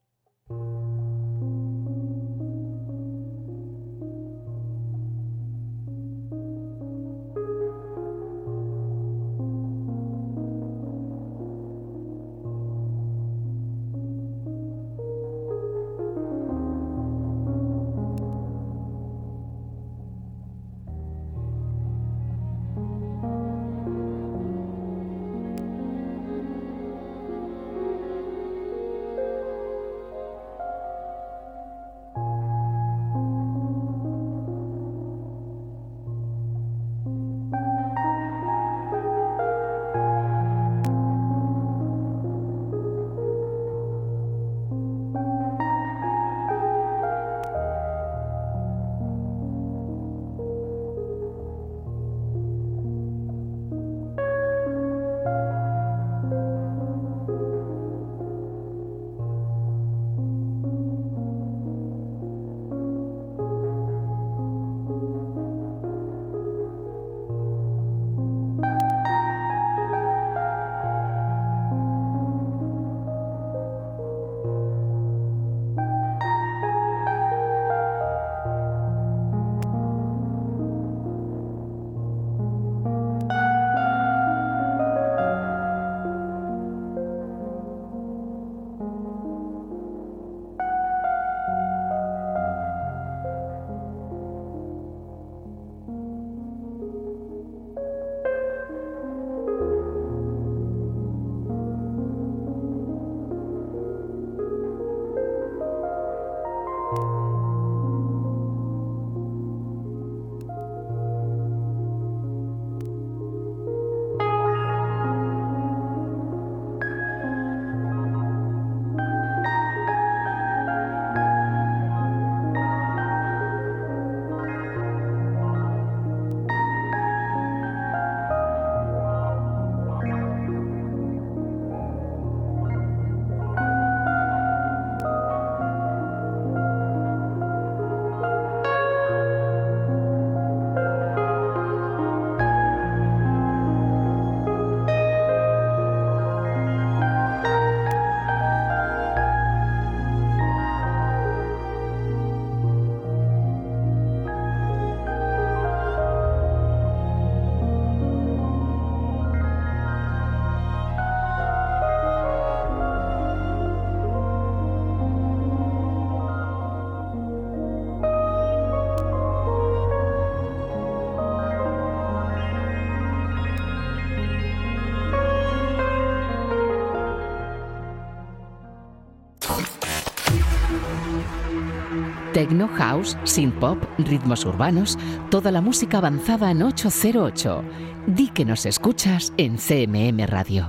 Techno, house, synth-pop, ritmos urbanos, toda la música avanzada en ocho cero ocho. Di que nos escuchas en C M M Radio.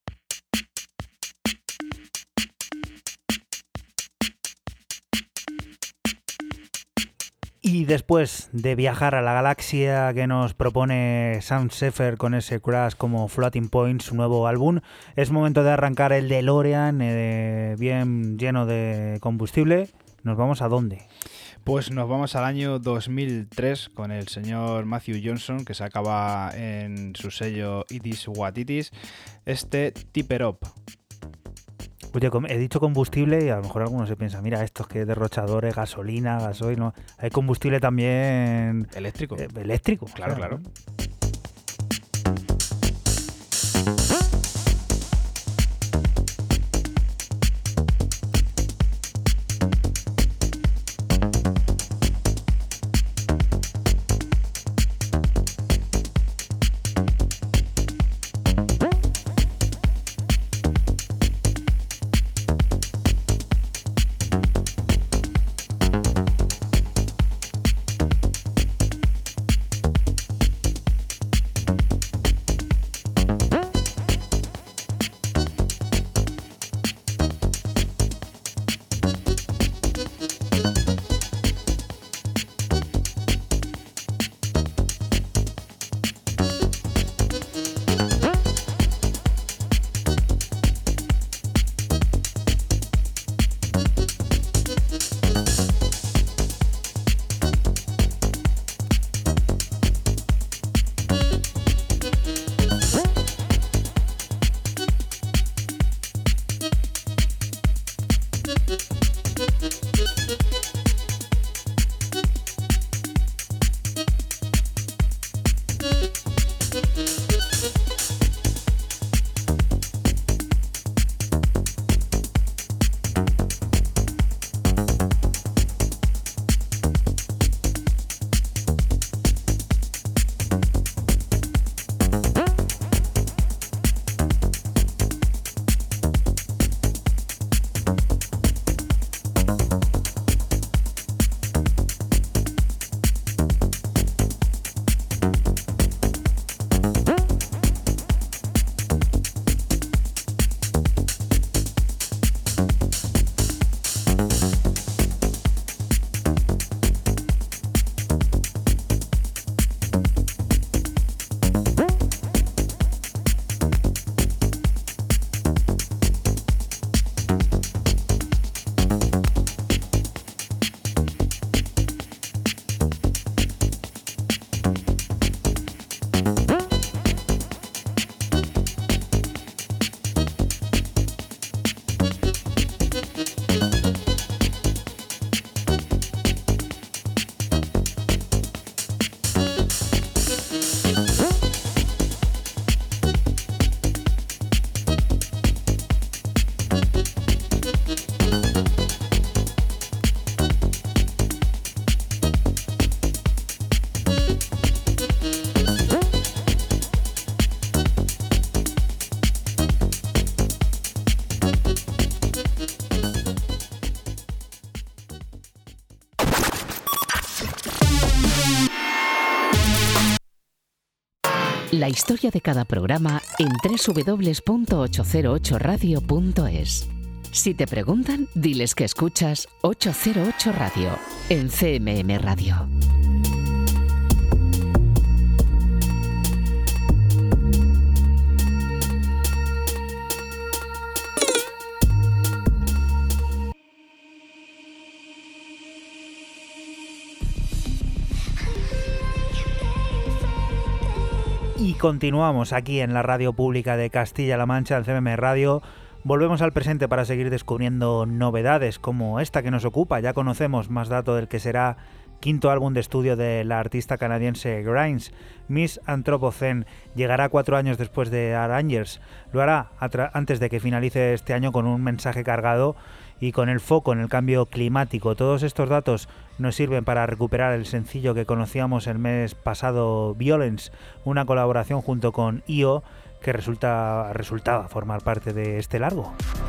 Y después de viajar a la galaxia que nos propone Soundseeker con ese Crash como Floating Points, su nuevo álbum, es momento de arrancar el DeLorean eh, bien lleno de combustible. ¿Nos vamos a dónde? Pues nos vamos al año dos mil tres con el señor Matthew Johnson, que sacaba en su sello It Is What It Is este Tip It Up. Oye, he dicho combustible y a lo mejor algunos se piensa, mira, estos que derrochadores, gasolina, gasoil, no. Hay combustible también... Eléctrico. Eh, eléctrico. Claro, claro. La historia de cada programa en doble u doble u doble u punto ochocientos ocho radio punto es. Si te preguntan, diles que escuchas ochocientos ocho Radio en C M M Radio. Y continuamos aquí en la radio pública de Castilla-La Mancha, en C M M Radio. Volvemos al presente para seguir descubriendo novedades como esta que nos ocupa. Ya conocemos más datos del que será quinto álbum de estudio de la artista canadiense Grimes. Miss Anthropocene llegará cuatro años después de Arrangers. Lo hará antes de que finalice este año con un mensaje cargado y con el foco en el cambio climático. Todos estos datos nos sirven para recuperar el sencillo que conocíamos el mes pasado, Violence, una colaboración junto con I O que resulta, resultaba formar parte de este largo.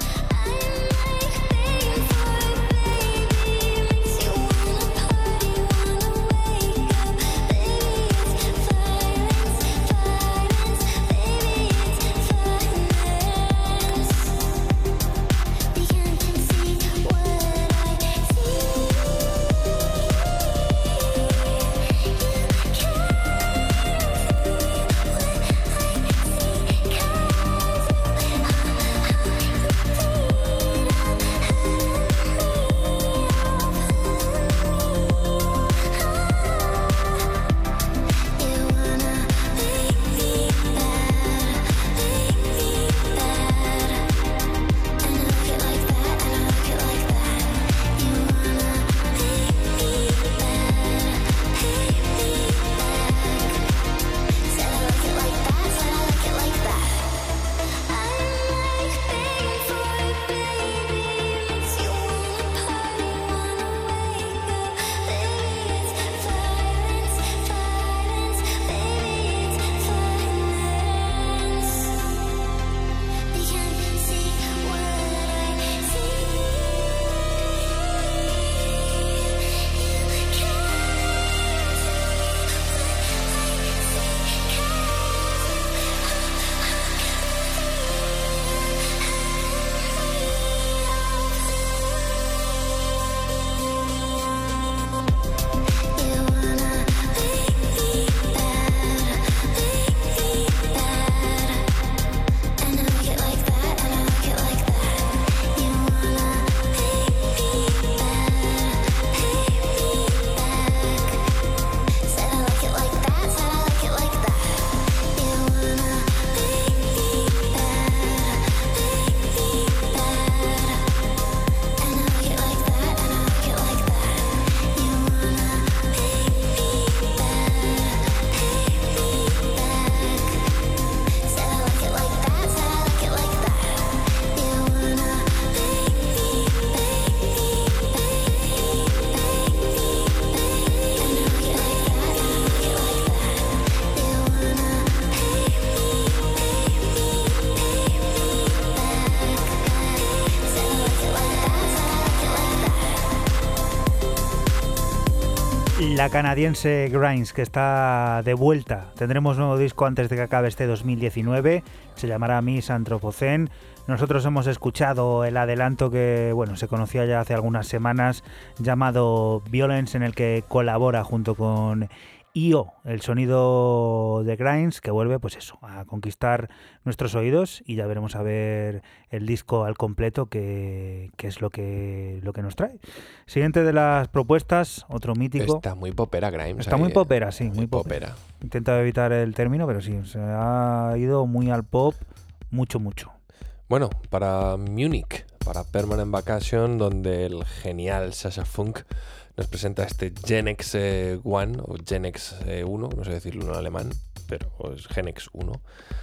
La canadiense Grimes, que está de vuelta. Tendremos nuevo disco antes de que acabe este dos mil diecinueve. Se llamará Miss Anthropocene. Nosotros hemos escuchado el adelanto que, bueno, se conocía ya hace algunas semanas, llamado Violence, en el que colabora junto con I O, el sonido de Grimes, que vuelve, pues eso, a conquistar nuestros oídos, y ya veremos a ver el disco al completo, que, que es lo que, lo que nos trae. Siguiente de las propuestas, otro mítico. Está muy popera Grimes. Está ahí, muy popera, sí, muy, muy popera. popera. Intenta evitar el término, pero sí, se ha ido muy al pop, mucho, mucho. Bueno, para Múnich, para Permanent Vacation, donde el genial Sasha Funk nos presenta este Genex eh, One o Genex eh, uno, no sé decirlo en alemán, pero es Genex uno.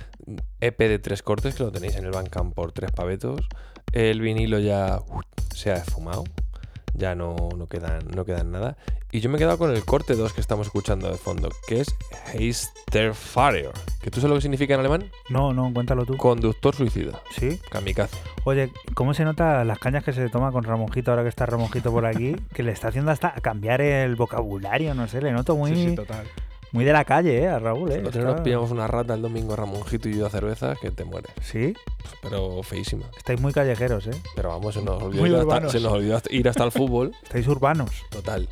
E P de tres cortes, que lo tenéis en el Bandcamp por tres pavetos. El vinilo ya uh, se ha esfumado, ya no, no, quedan, no quedan nada. Y yo me he quedado con el corte dos que estamos escuchando de fondo, que es Heisterfahrer. ¿Que tú sabes lo que significa en alemán? No, no, cuéntalo tú. Conductor suicida. ¿Sí? Kamikaze. Oye, ¿cómo se nota las cañas que se toma con Ramonjito ahora que está Ramonjito por aquí? Que le está haciendo hasta cambiar el vocabulario, no sé, le noto muy... Sí, sí, total. Muy de la calle, ¿eh? A Raúl, ¿eh? Nosotros Está- nos pillamos una rata el domingo, Ramonjito y yo a cervezas, que te mueres. Sí, Pero feísima. estáis muy callejeros, ¿eh? Pero vamos, se nos olvidó, Muy ir hasta, urbanos. se nos olvidó hasta- ir hasta el fútbol. Estáis urbanos. Total.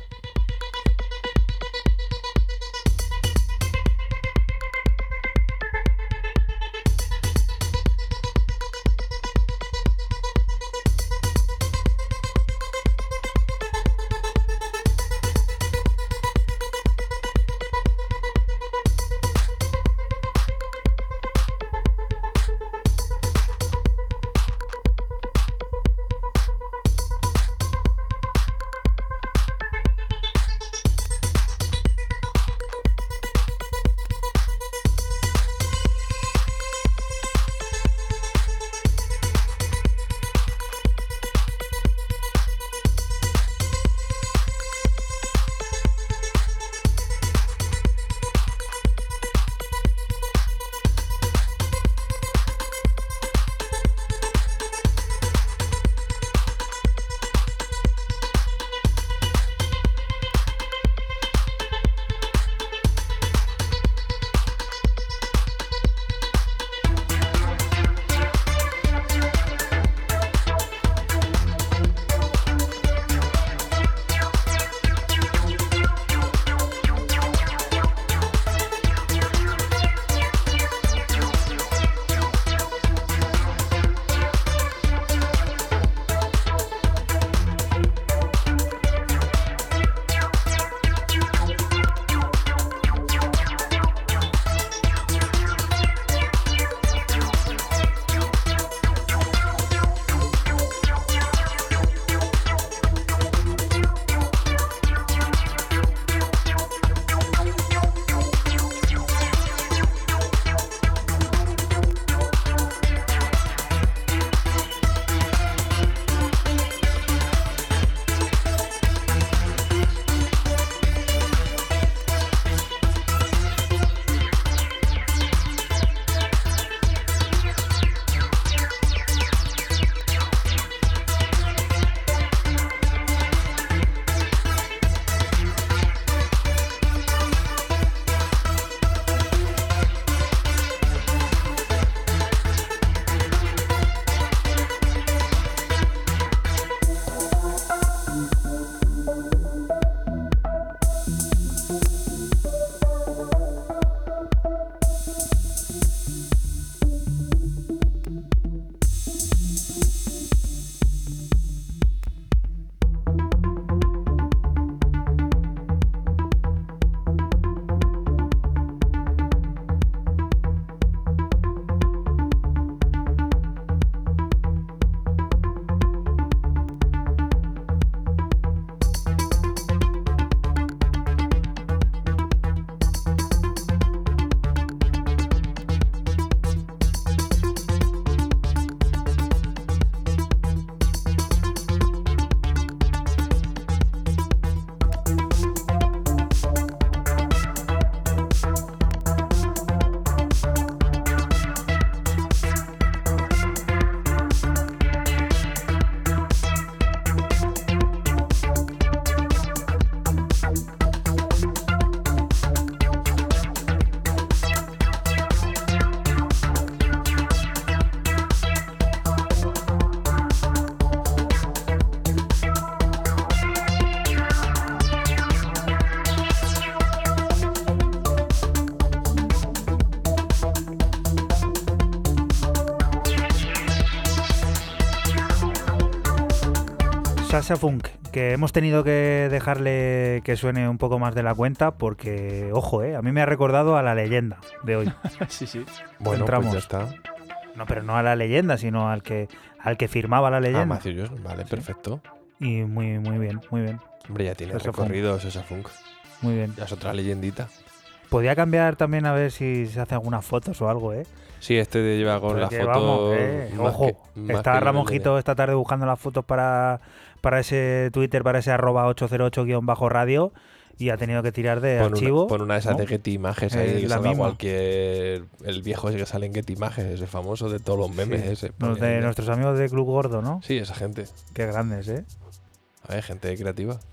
Sasha Funk, que hemos tenido que dejarle que suene un poco más de la cuenta porque, ojo, eh, a mí me ha recordado a la leyenda de hoy. Sí, sí. Bueno, Entramos. pues ya está. No, pero no a la leyenda, sino al que al que firmaba la Ah, leyenda. Matthew Johnson, vale, perfecto. Y muy, muy bien, muy bien, Hombre, ya tiene Sasha Funk. recorrido esa Funk. muy bien. Ya es otra leyendita. Podría cambiar también a ver si se hace algunas fotos o algo, ¿eh? Sí, este de lleva con la Porque foto. vamos, eh, más ojo, que- más está que nivel Ramonjito esta tarde buscando las fotos para, para ese Twitter, para ese arroba ocho cero ocho guión bajo radio y ha tenido que tirar de de- Pon archivo. una, pon una de esas ¿no? de Getty Images Es ahí, que la salga misma. cualquier. El viejo ese que sale en Getty Images, ese famoso de todos los memes Sí, ese. los de Ponle- nuestros amigos de Club Gordo, ¿no? Sí, esa gente. Qué grandes, ¿eh? A ver, gente creativa.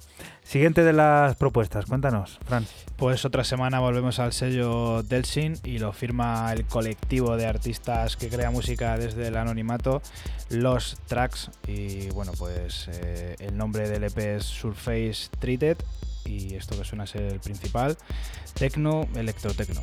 Siguiente de las propuestas, cuéntanos, Fran. Pues otra semana volvemos al sello Delsin y lo firma el colectivo de artistas que crea música desde el anonimato, Los Tracks. Y bueno, pues eh, el nombre del E P es Surface Treated y esto que suena a ser el principal, Tecno, Electrotecno.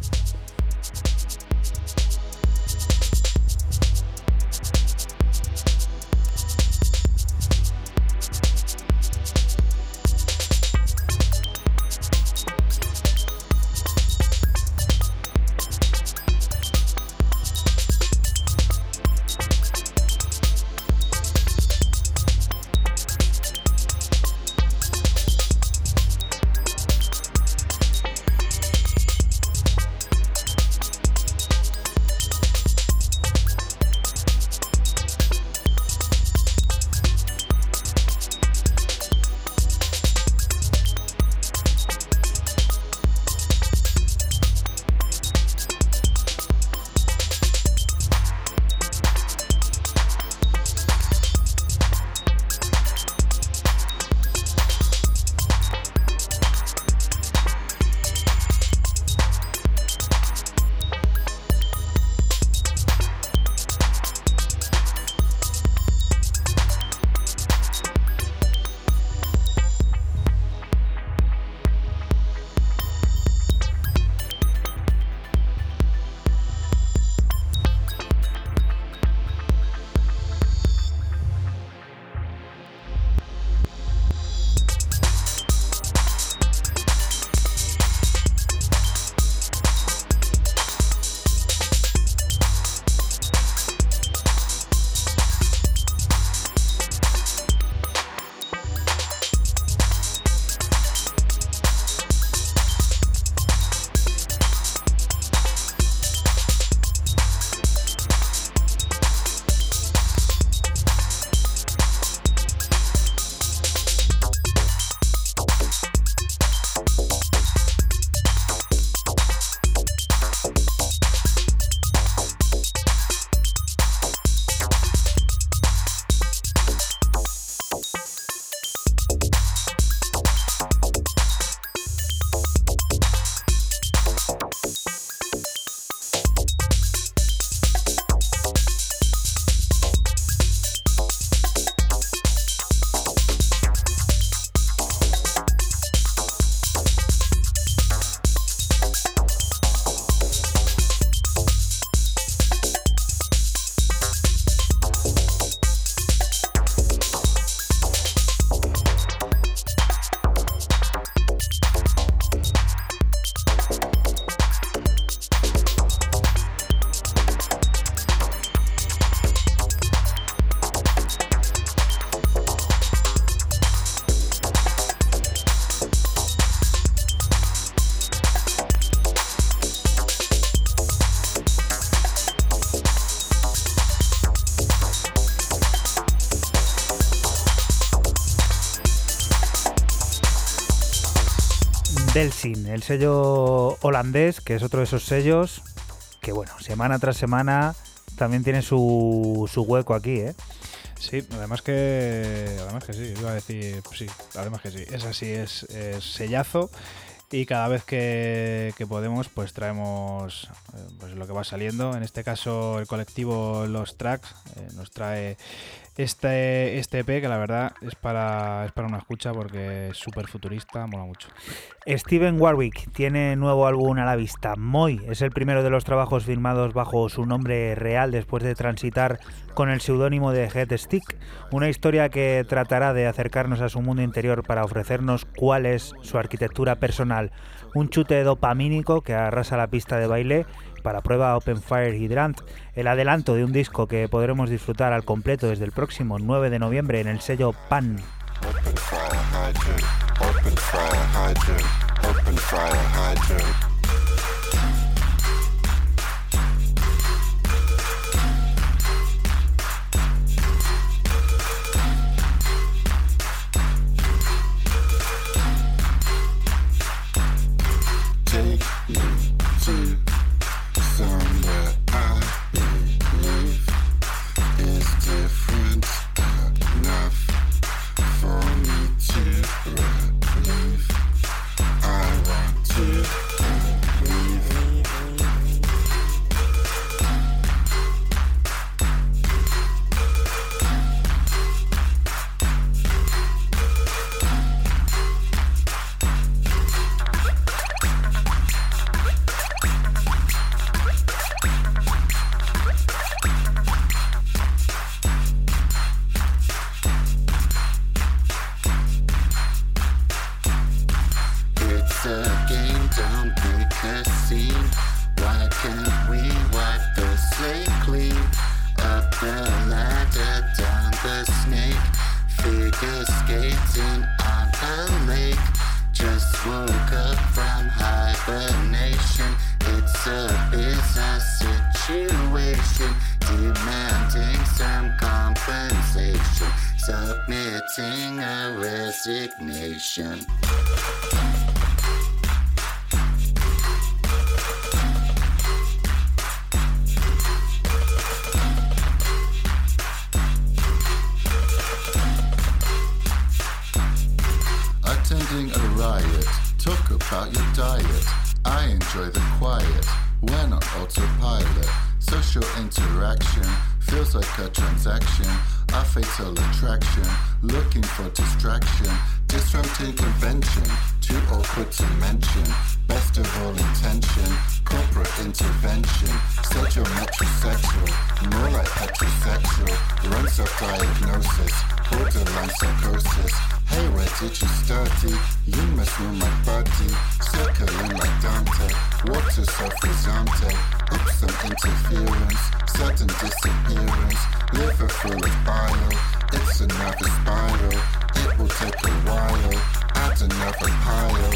Delsin, el sello holandés, que es otro de esos sellos que, bueno, semana tras semana también tiene su, su hueco aquí, ¿eh? Sí, además que además que sí, iba a decir, sí, además que sí, es así, es, es sellazo y cada vez que, que podemos pues traemos eh, pues lo que va saliendo. En este caso el colectivo Los Tracks eh, nos trae este, este E P que la verdad es para, es para una escucha porque es súper futurista, mola mucho. Steven Warwick tiene nuevo álbum a la vista. Moi es el primero de los trabajos firmados bajo su nombre real después de transitar con el seudónimo de Headstick, una historia que tratará de acercarnos a su mundo interior para ofrecernos cuál es su arquitectura personal, un chute dopamínico que arrasa la pista de baile. Para prueba Open Fire Hydrant, el adelanto de un disco que podremos disfrutar al completo desde el próximo nueve de noviembre en el sello Pan. Open fire hydrant, open fire hydrant, open fire hydrant. Take me to somewhere I believe is different enough for me to run. situation, demanding some compensation, submitting a resignation. Attending a riot, talk about your diet. I enjoy the quiet, when on autopilot. Social interaction feels like a transaction. A fatal attraction, looking for distraction. Disrupting convention, too awkward to mention. Best of all intention, corporate intervention. Said you're metrosexual, more like heterosexual. Runs of diagnosis, borderline psychosis. Hey, where did you study? You must rule my body. Circling like Dante, water so frizzante. Oops, some interference, sudden disappearance. Liver full of bile, it's another spiral. It will take a while, add another pile.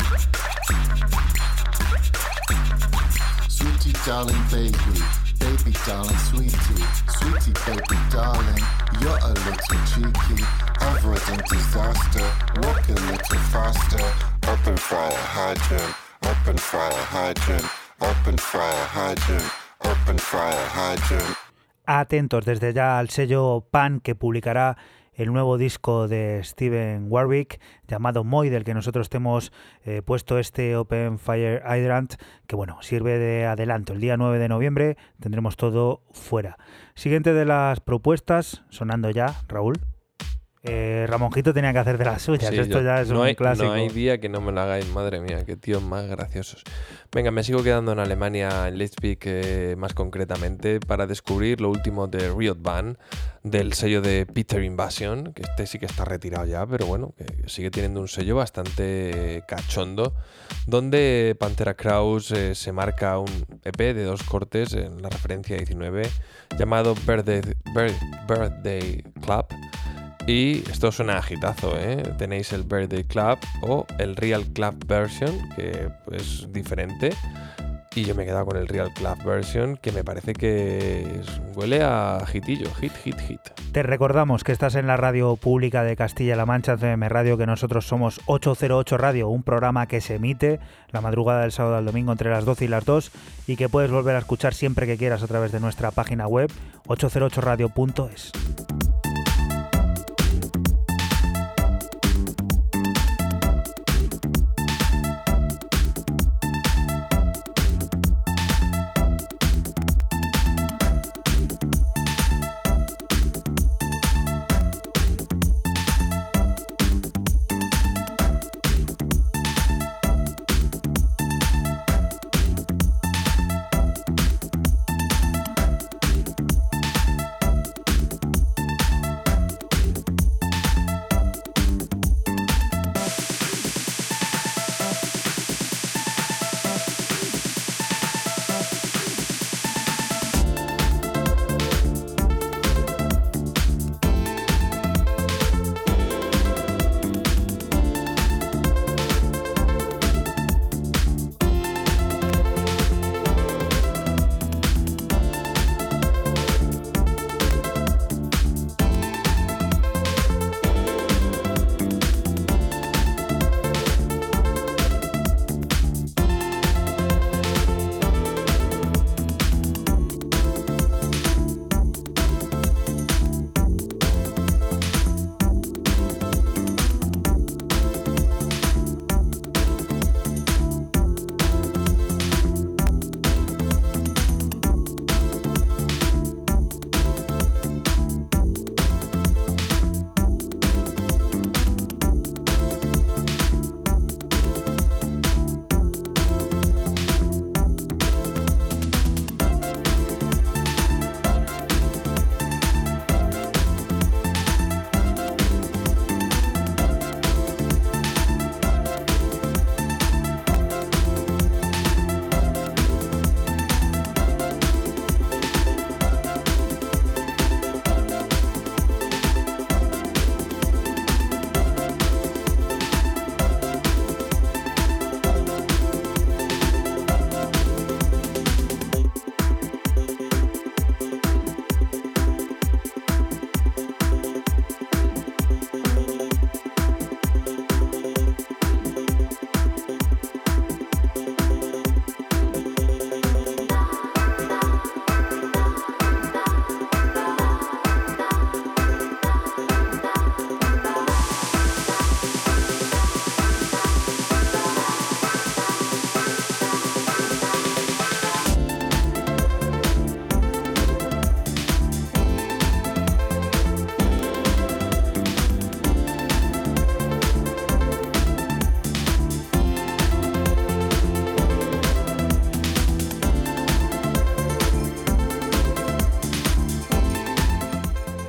Sweetie darling baby, baby darling sweetie. Sweetie baby darling, you're a little cheeky. Avoiding disaster, walk a little faster. Open fire hydrant, open fire hydrant, open fire hydrant, open fire hydrant. Atentos desde ya al sello Pan, que publicará el nuevo disco de Steven Warwick llamado Moi, del que nosotros te hemos eh, puesto este Open Fire Hydrant, que bueno, sirve de adelanto. El día nueve de noviembre tendremos todo fuera. Siguiente de las propuestas, sonando ya, Raúl. Eh, Ramonjito tenía que hacer de las suyas. Sí, Esto yo, ya es no un hay, clásico. No hay día que no me lo hagáis, madre mía, qué tíos más graciosos. Venga, me sigo quedando en Alemania, en Leipzig eh, más concretamente, para descubrir lo último de Riot Band, del sello de Peter Invasion, que este sí que está retirado ya, pero bueno, que sigue teniendo un sello bastante cachondo, donde Pantera Kraus eh, se marca un E P de dos cortes en la referencia diecinueve, llamado Birthday, Birthday Club. Y esto suena a agitazo, ¿eh? Tenéis el Birthday Club o el Real Club Version, que es diferente. Y yo me he quedado con el Real Club Version, que me parece que es, huele a hitillo, hit, hit, hit. Te recordamos que estás en la radio pública de Castilla-La Mancha, C M Radio, que nosotros somos ochocientos ocho Radio, un programa que se emite la madrugada del sábado al domingo entre las doce y las dos y que puedes volver a escuchar siempre que quieras a través de nuestra página web ochocientos ocho radio punto es.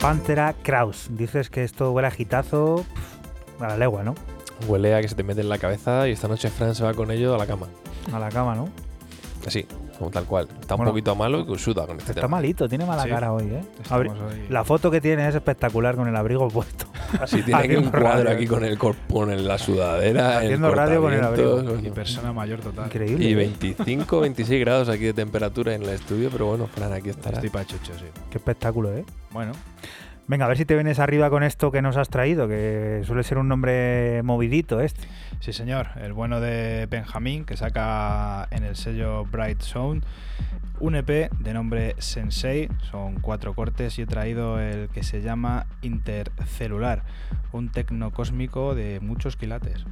Panthera Kraus. Dices que esto huele a gitazo pff, a la legua, ¿no? Huele a que se te mete en la cabeza y esta noche Fran se va con ello a la cama. A la cama, ¿no? Así, como tal cual. Está Bueno, un poquito malo y suda con este Está tema. malito, tiene mala Sí. cara hoy, ¿eh? Estamos Abri- hoy- La foto que tiene es espectacular con el abrigo puesto. Así tiene aquí un Haciendo cuadro radio. aquí con el cor- con la sudadera, Haciendo el radio con el cortavientos, abrigo. Y bueno. persona mayor total. Increíble. Y ¿eh? veinticinco, veintiséis grados aquí de temperatura en el estudio, pero bueno, Fran, aquí estará. Estoy pachucho, sí. Qué espectáculo, ¿eh? Bueno, Venga, a ver si te vienes arriba con esto que nos has traído, que suele ser un nombre movidito este. sí señor, el bueno de Benjamín, que saca en el sello Bright Sound un E P de nombre Sensei. Son cuatro cortes y he traído el que se llama Intercelular, un tecno cósmico de muchos quilates.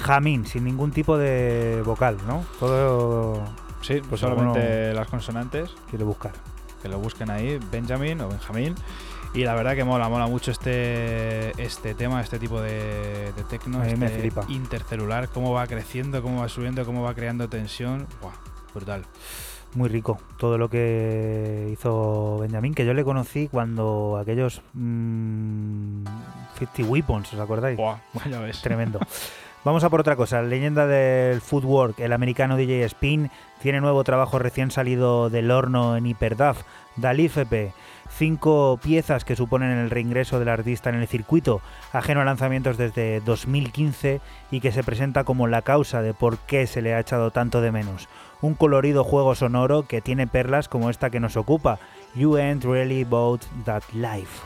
Benjamín, sin ningún tipo de vocal, ¿no? Todo... Sí, pues solamente las consonantes. Quiere buscar. Que lo busquen ahí, Benjamin o Benjamín. Y la verdad que mola, mola mucho este este tema, este tipo de, de techno, A mí me este flipa. intercelular, cómo va creciendo, cómo va subiendo, cómo va creando tensión. Buah, brutal. Muy rico todo lo que hizo Benjamín, que yo le conocí cuando aquellos mmm, cincuenta Weapons, ¿os acordáis? Buah, ya ves. Tremendo. Vamos a por otra cosa. Leyenda del footwork, el americano D J Spin, tiene nuevo trabajo recién salido del horno en Hyperdub, Dalif E P. Cinco piezas que suponen el reingreso del artista en el circuito, ajeno a lanzamientos desde dos mil quince y que se presenta como la causa de por qué se le ha echado tanto de menos. Un colorido juego sonoro que tiene perlas como esta que nos ocupa, You Ain't Really About That Life.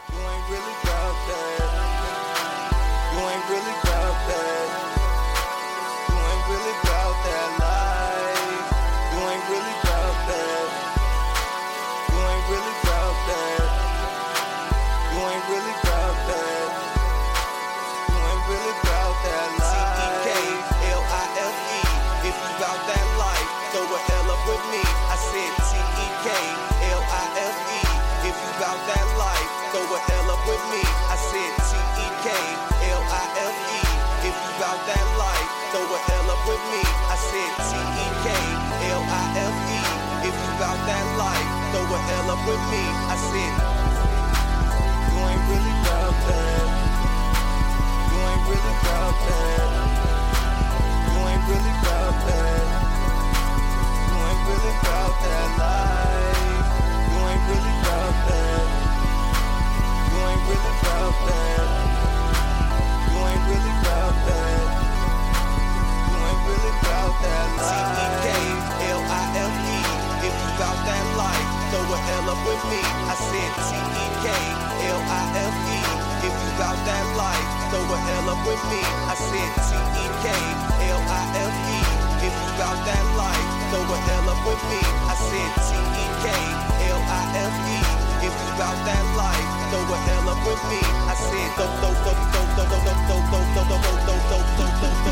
With me, I said, you ain't really about that. You ain't really about that. You ain't really about that. You ain't really about that life. You ain't really about that. You ain't really about that. You ain't really about that. You ain't really about that life. T E K L I F E. If you about that life, throw a L up with me. I said T E K L I F E. If you about that life, throw a L up with me. I said T E K L I F E. If you about that life, throw a L up with me. I said T E K L I F E. If you about that life, throw a L up with me. I said do do do do do do do do do do do do do do do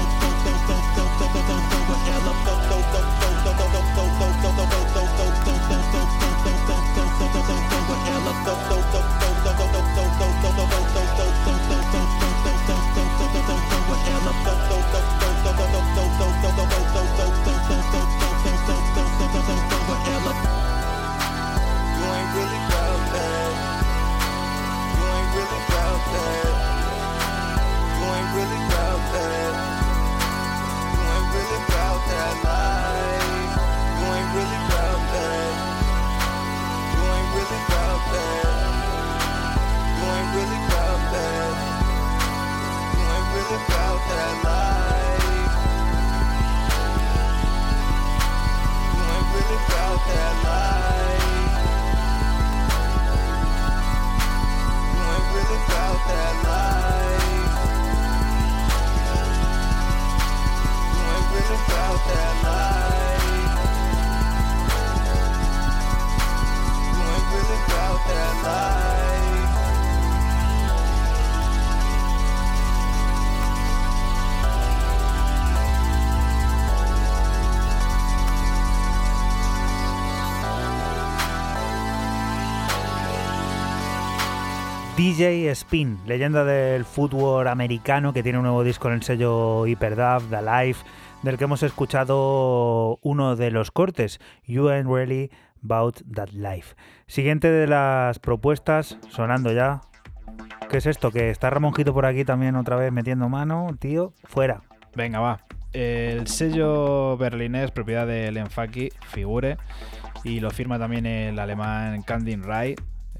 D J Spin, leyenda del footwork americano que tiene un nuevo disco en el sello Hyperdub, The Life, del que hemos escuchado uno de los cortes, You Ain't Really About That Life. Siguiente de las propuestas, sonando ya. ¿Qué es esto? Que está Ramonjito por aquí también otra vez metiendo mano, tío, fuera. Venga, va. El sello berlinés, propiedad del Enfaki, Figure, y lo firma también el alemán Candin Rai,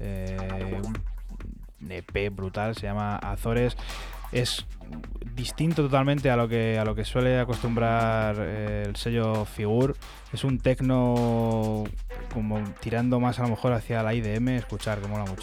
eh, un E P brutal, se llama Azores. Es distinto totalmente a lo que a lo que suele acostumbrar eh, el sello Figure. Es un techno como tirando más a lo mejor hacia la I D M, escuchar que mola mucho.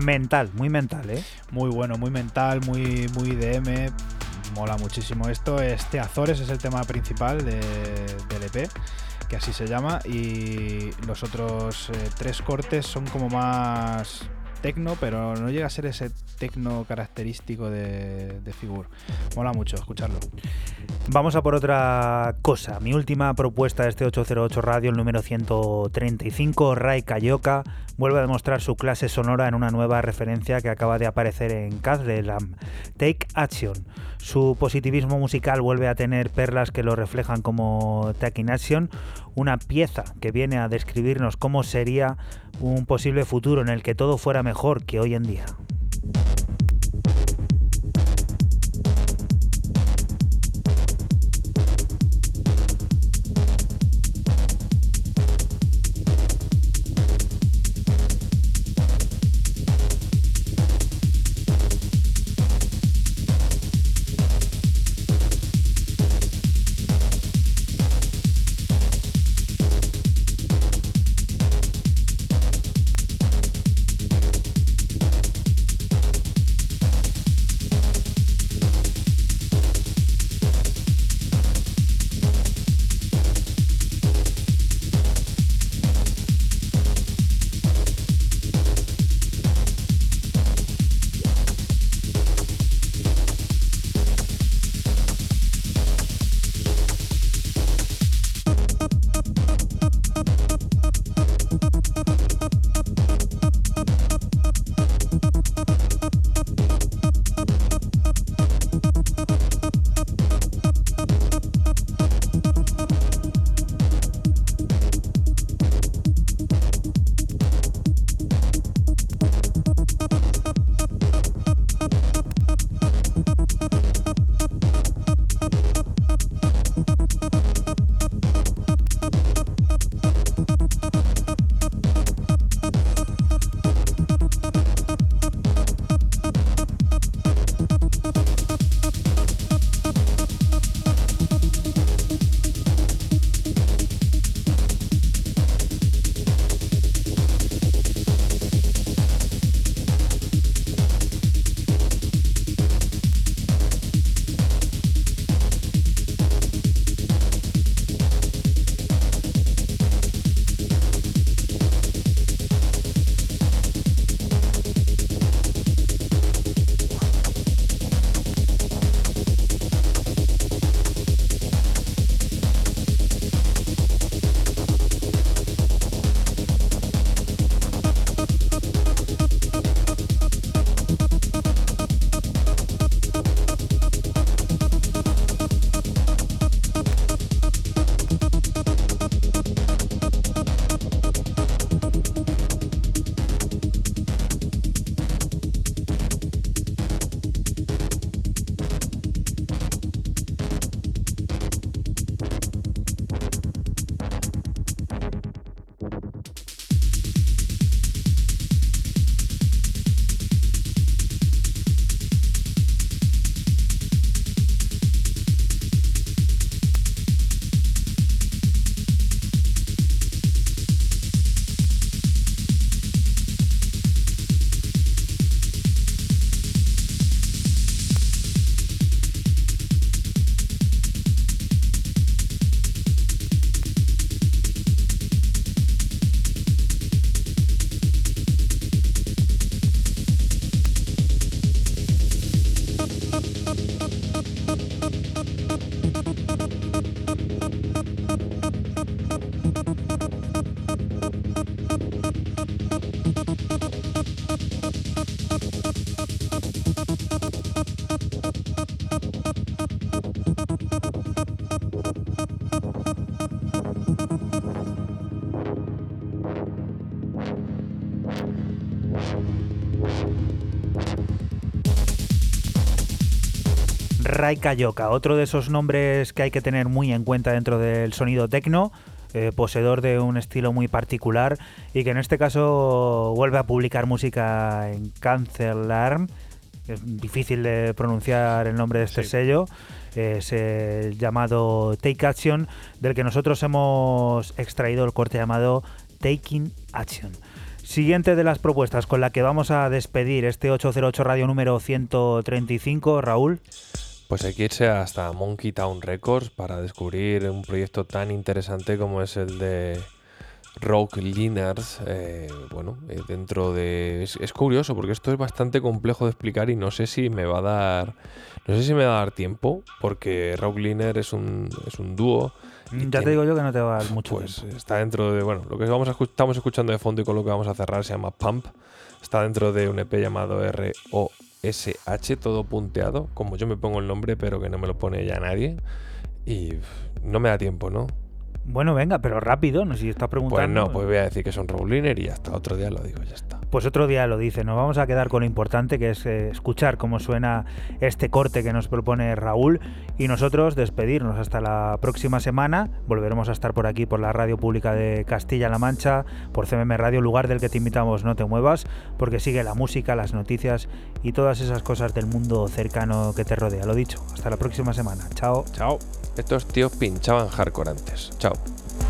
mental, muy mental, ¿eh? Muy bueno, muy mental, muy, muy D M. Mola muchísimo esto. Este Azores es el tema principal de, del E P, que así se llama, y los otros eh, tres cortes son como más tecno, pero no llega a ser ese tecno característico de, de Figur. Mola mucho escucharlo. Vamos a por otra cosa. Mi última propuesta de este ocho cero ocho Radio, el número ciento treinta y cinco, Rai Kayoka, vuelve a demostrar su clase sonora en una nueva referencia que acaba de aparecer en Kazdelam, Take Action. Su positivismo musical vuelve a tener perlas que lo reflejan como Taking Action, una pieza que viene a describirnos cómo sería un posible futuro en el que todo fuera mejor que hoy en día. Rai Kayoka, otro de esos nombres que hay que tener muy en cuenta dentro del sonido techno, eh, poseedor de un estilo muy particular y que en este caso vuelve a publicar música en Kazdelam. Es difícil de pronunciar el nombre de este sí. sello. Es el llamado Take Action, del que nosotros hemos extraído el corte llamado Taking Action. Siguiente de las propuestas con la que vamos a despedir este ochocientos ocho Radio número ciento treinta y cinco, Raúl. Pues hay que irse hasta Monkey Town Records para descubrir un proyecto tan interesante como es el de Rogue Liners. Eh, bueno, eh, dentro de... Es, es curioso porque esto es bastante complejo de explicar y no sé si me va a dar... No sé si me va a dar tiempo, porque Rogue Liner es un, es un dúo. Ya tiene, te digo yo que no te va a dar mucho pues tiempo. Está dentro de... Bueno, lo que vamos a, estamos escuchando de fondo y con lo que vamos a cerrar se llama Pump. Está dentro de un E P llamado R O S H, todo punteado, como yo me pongo el nombre, pero que no me lo pone ya nadie. Y no me da tiempo, ¿no? Bueno, venga, pero rápido, no sé si estás preguntando. Pues no, pues voy a decir que son Rogue Liner y hasta otro día lo digo, ya está. Pues otro día lo dice. Nos vamos a quedar con lo importante, que es eh, escuchar cómo suena este corte que nos propone Raúl, y nosotros despedirnos hasta la próxima semana. Volveremos a estar por aquí, por la Radio Pública de Castilla-La Mancha, por C M M Radio, lugar del que te invitamos, no te muevas, porque sigue la música, las noticias y todas esas cosas del mundo cercano que te rodea. Lo dicho, hasta la próxima semana. Chao. Chao. Estos tíos pinchaban hardcore antes. Chao.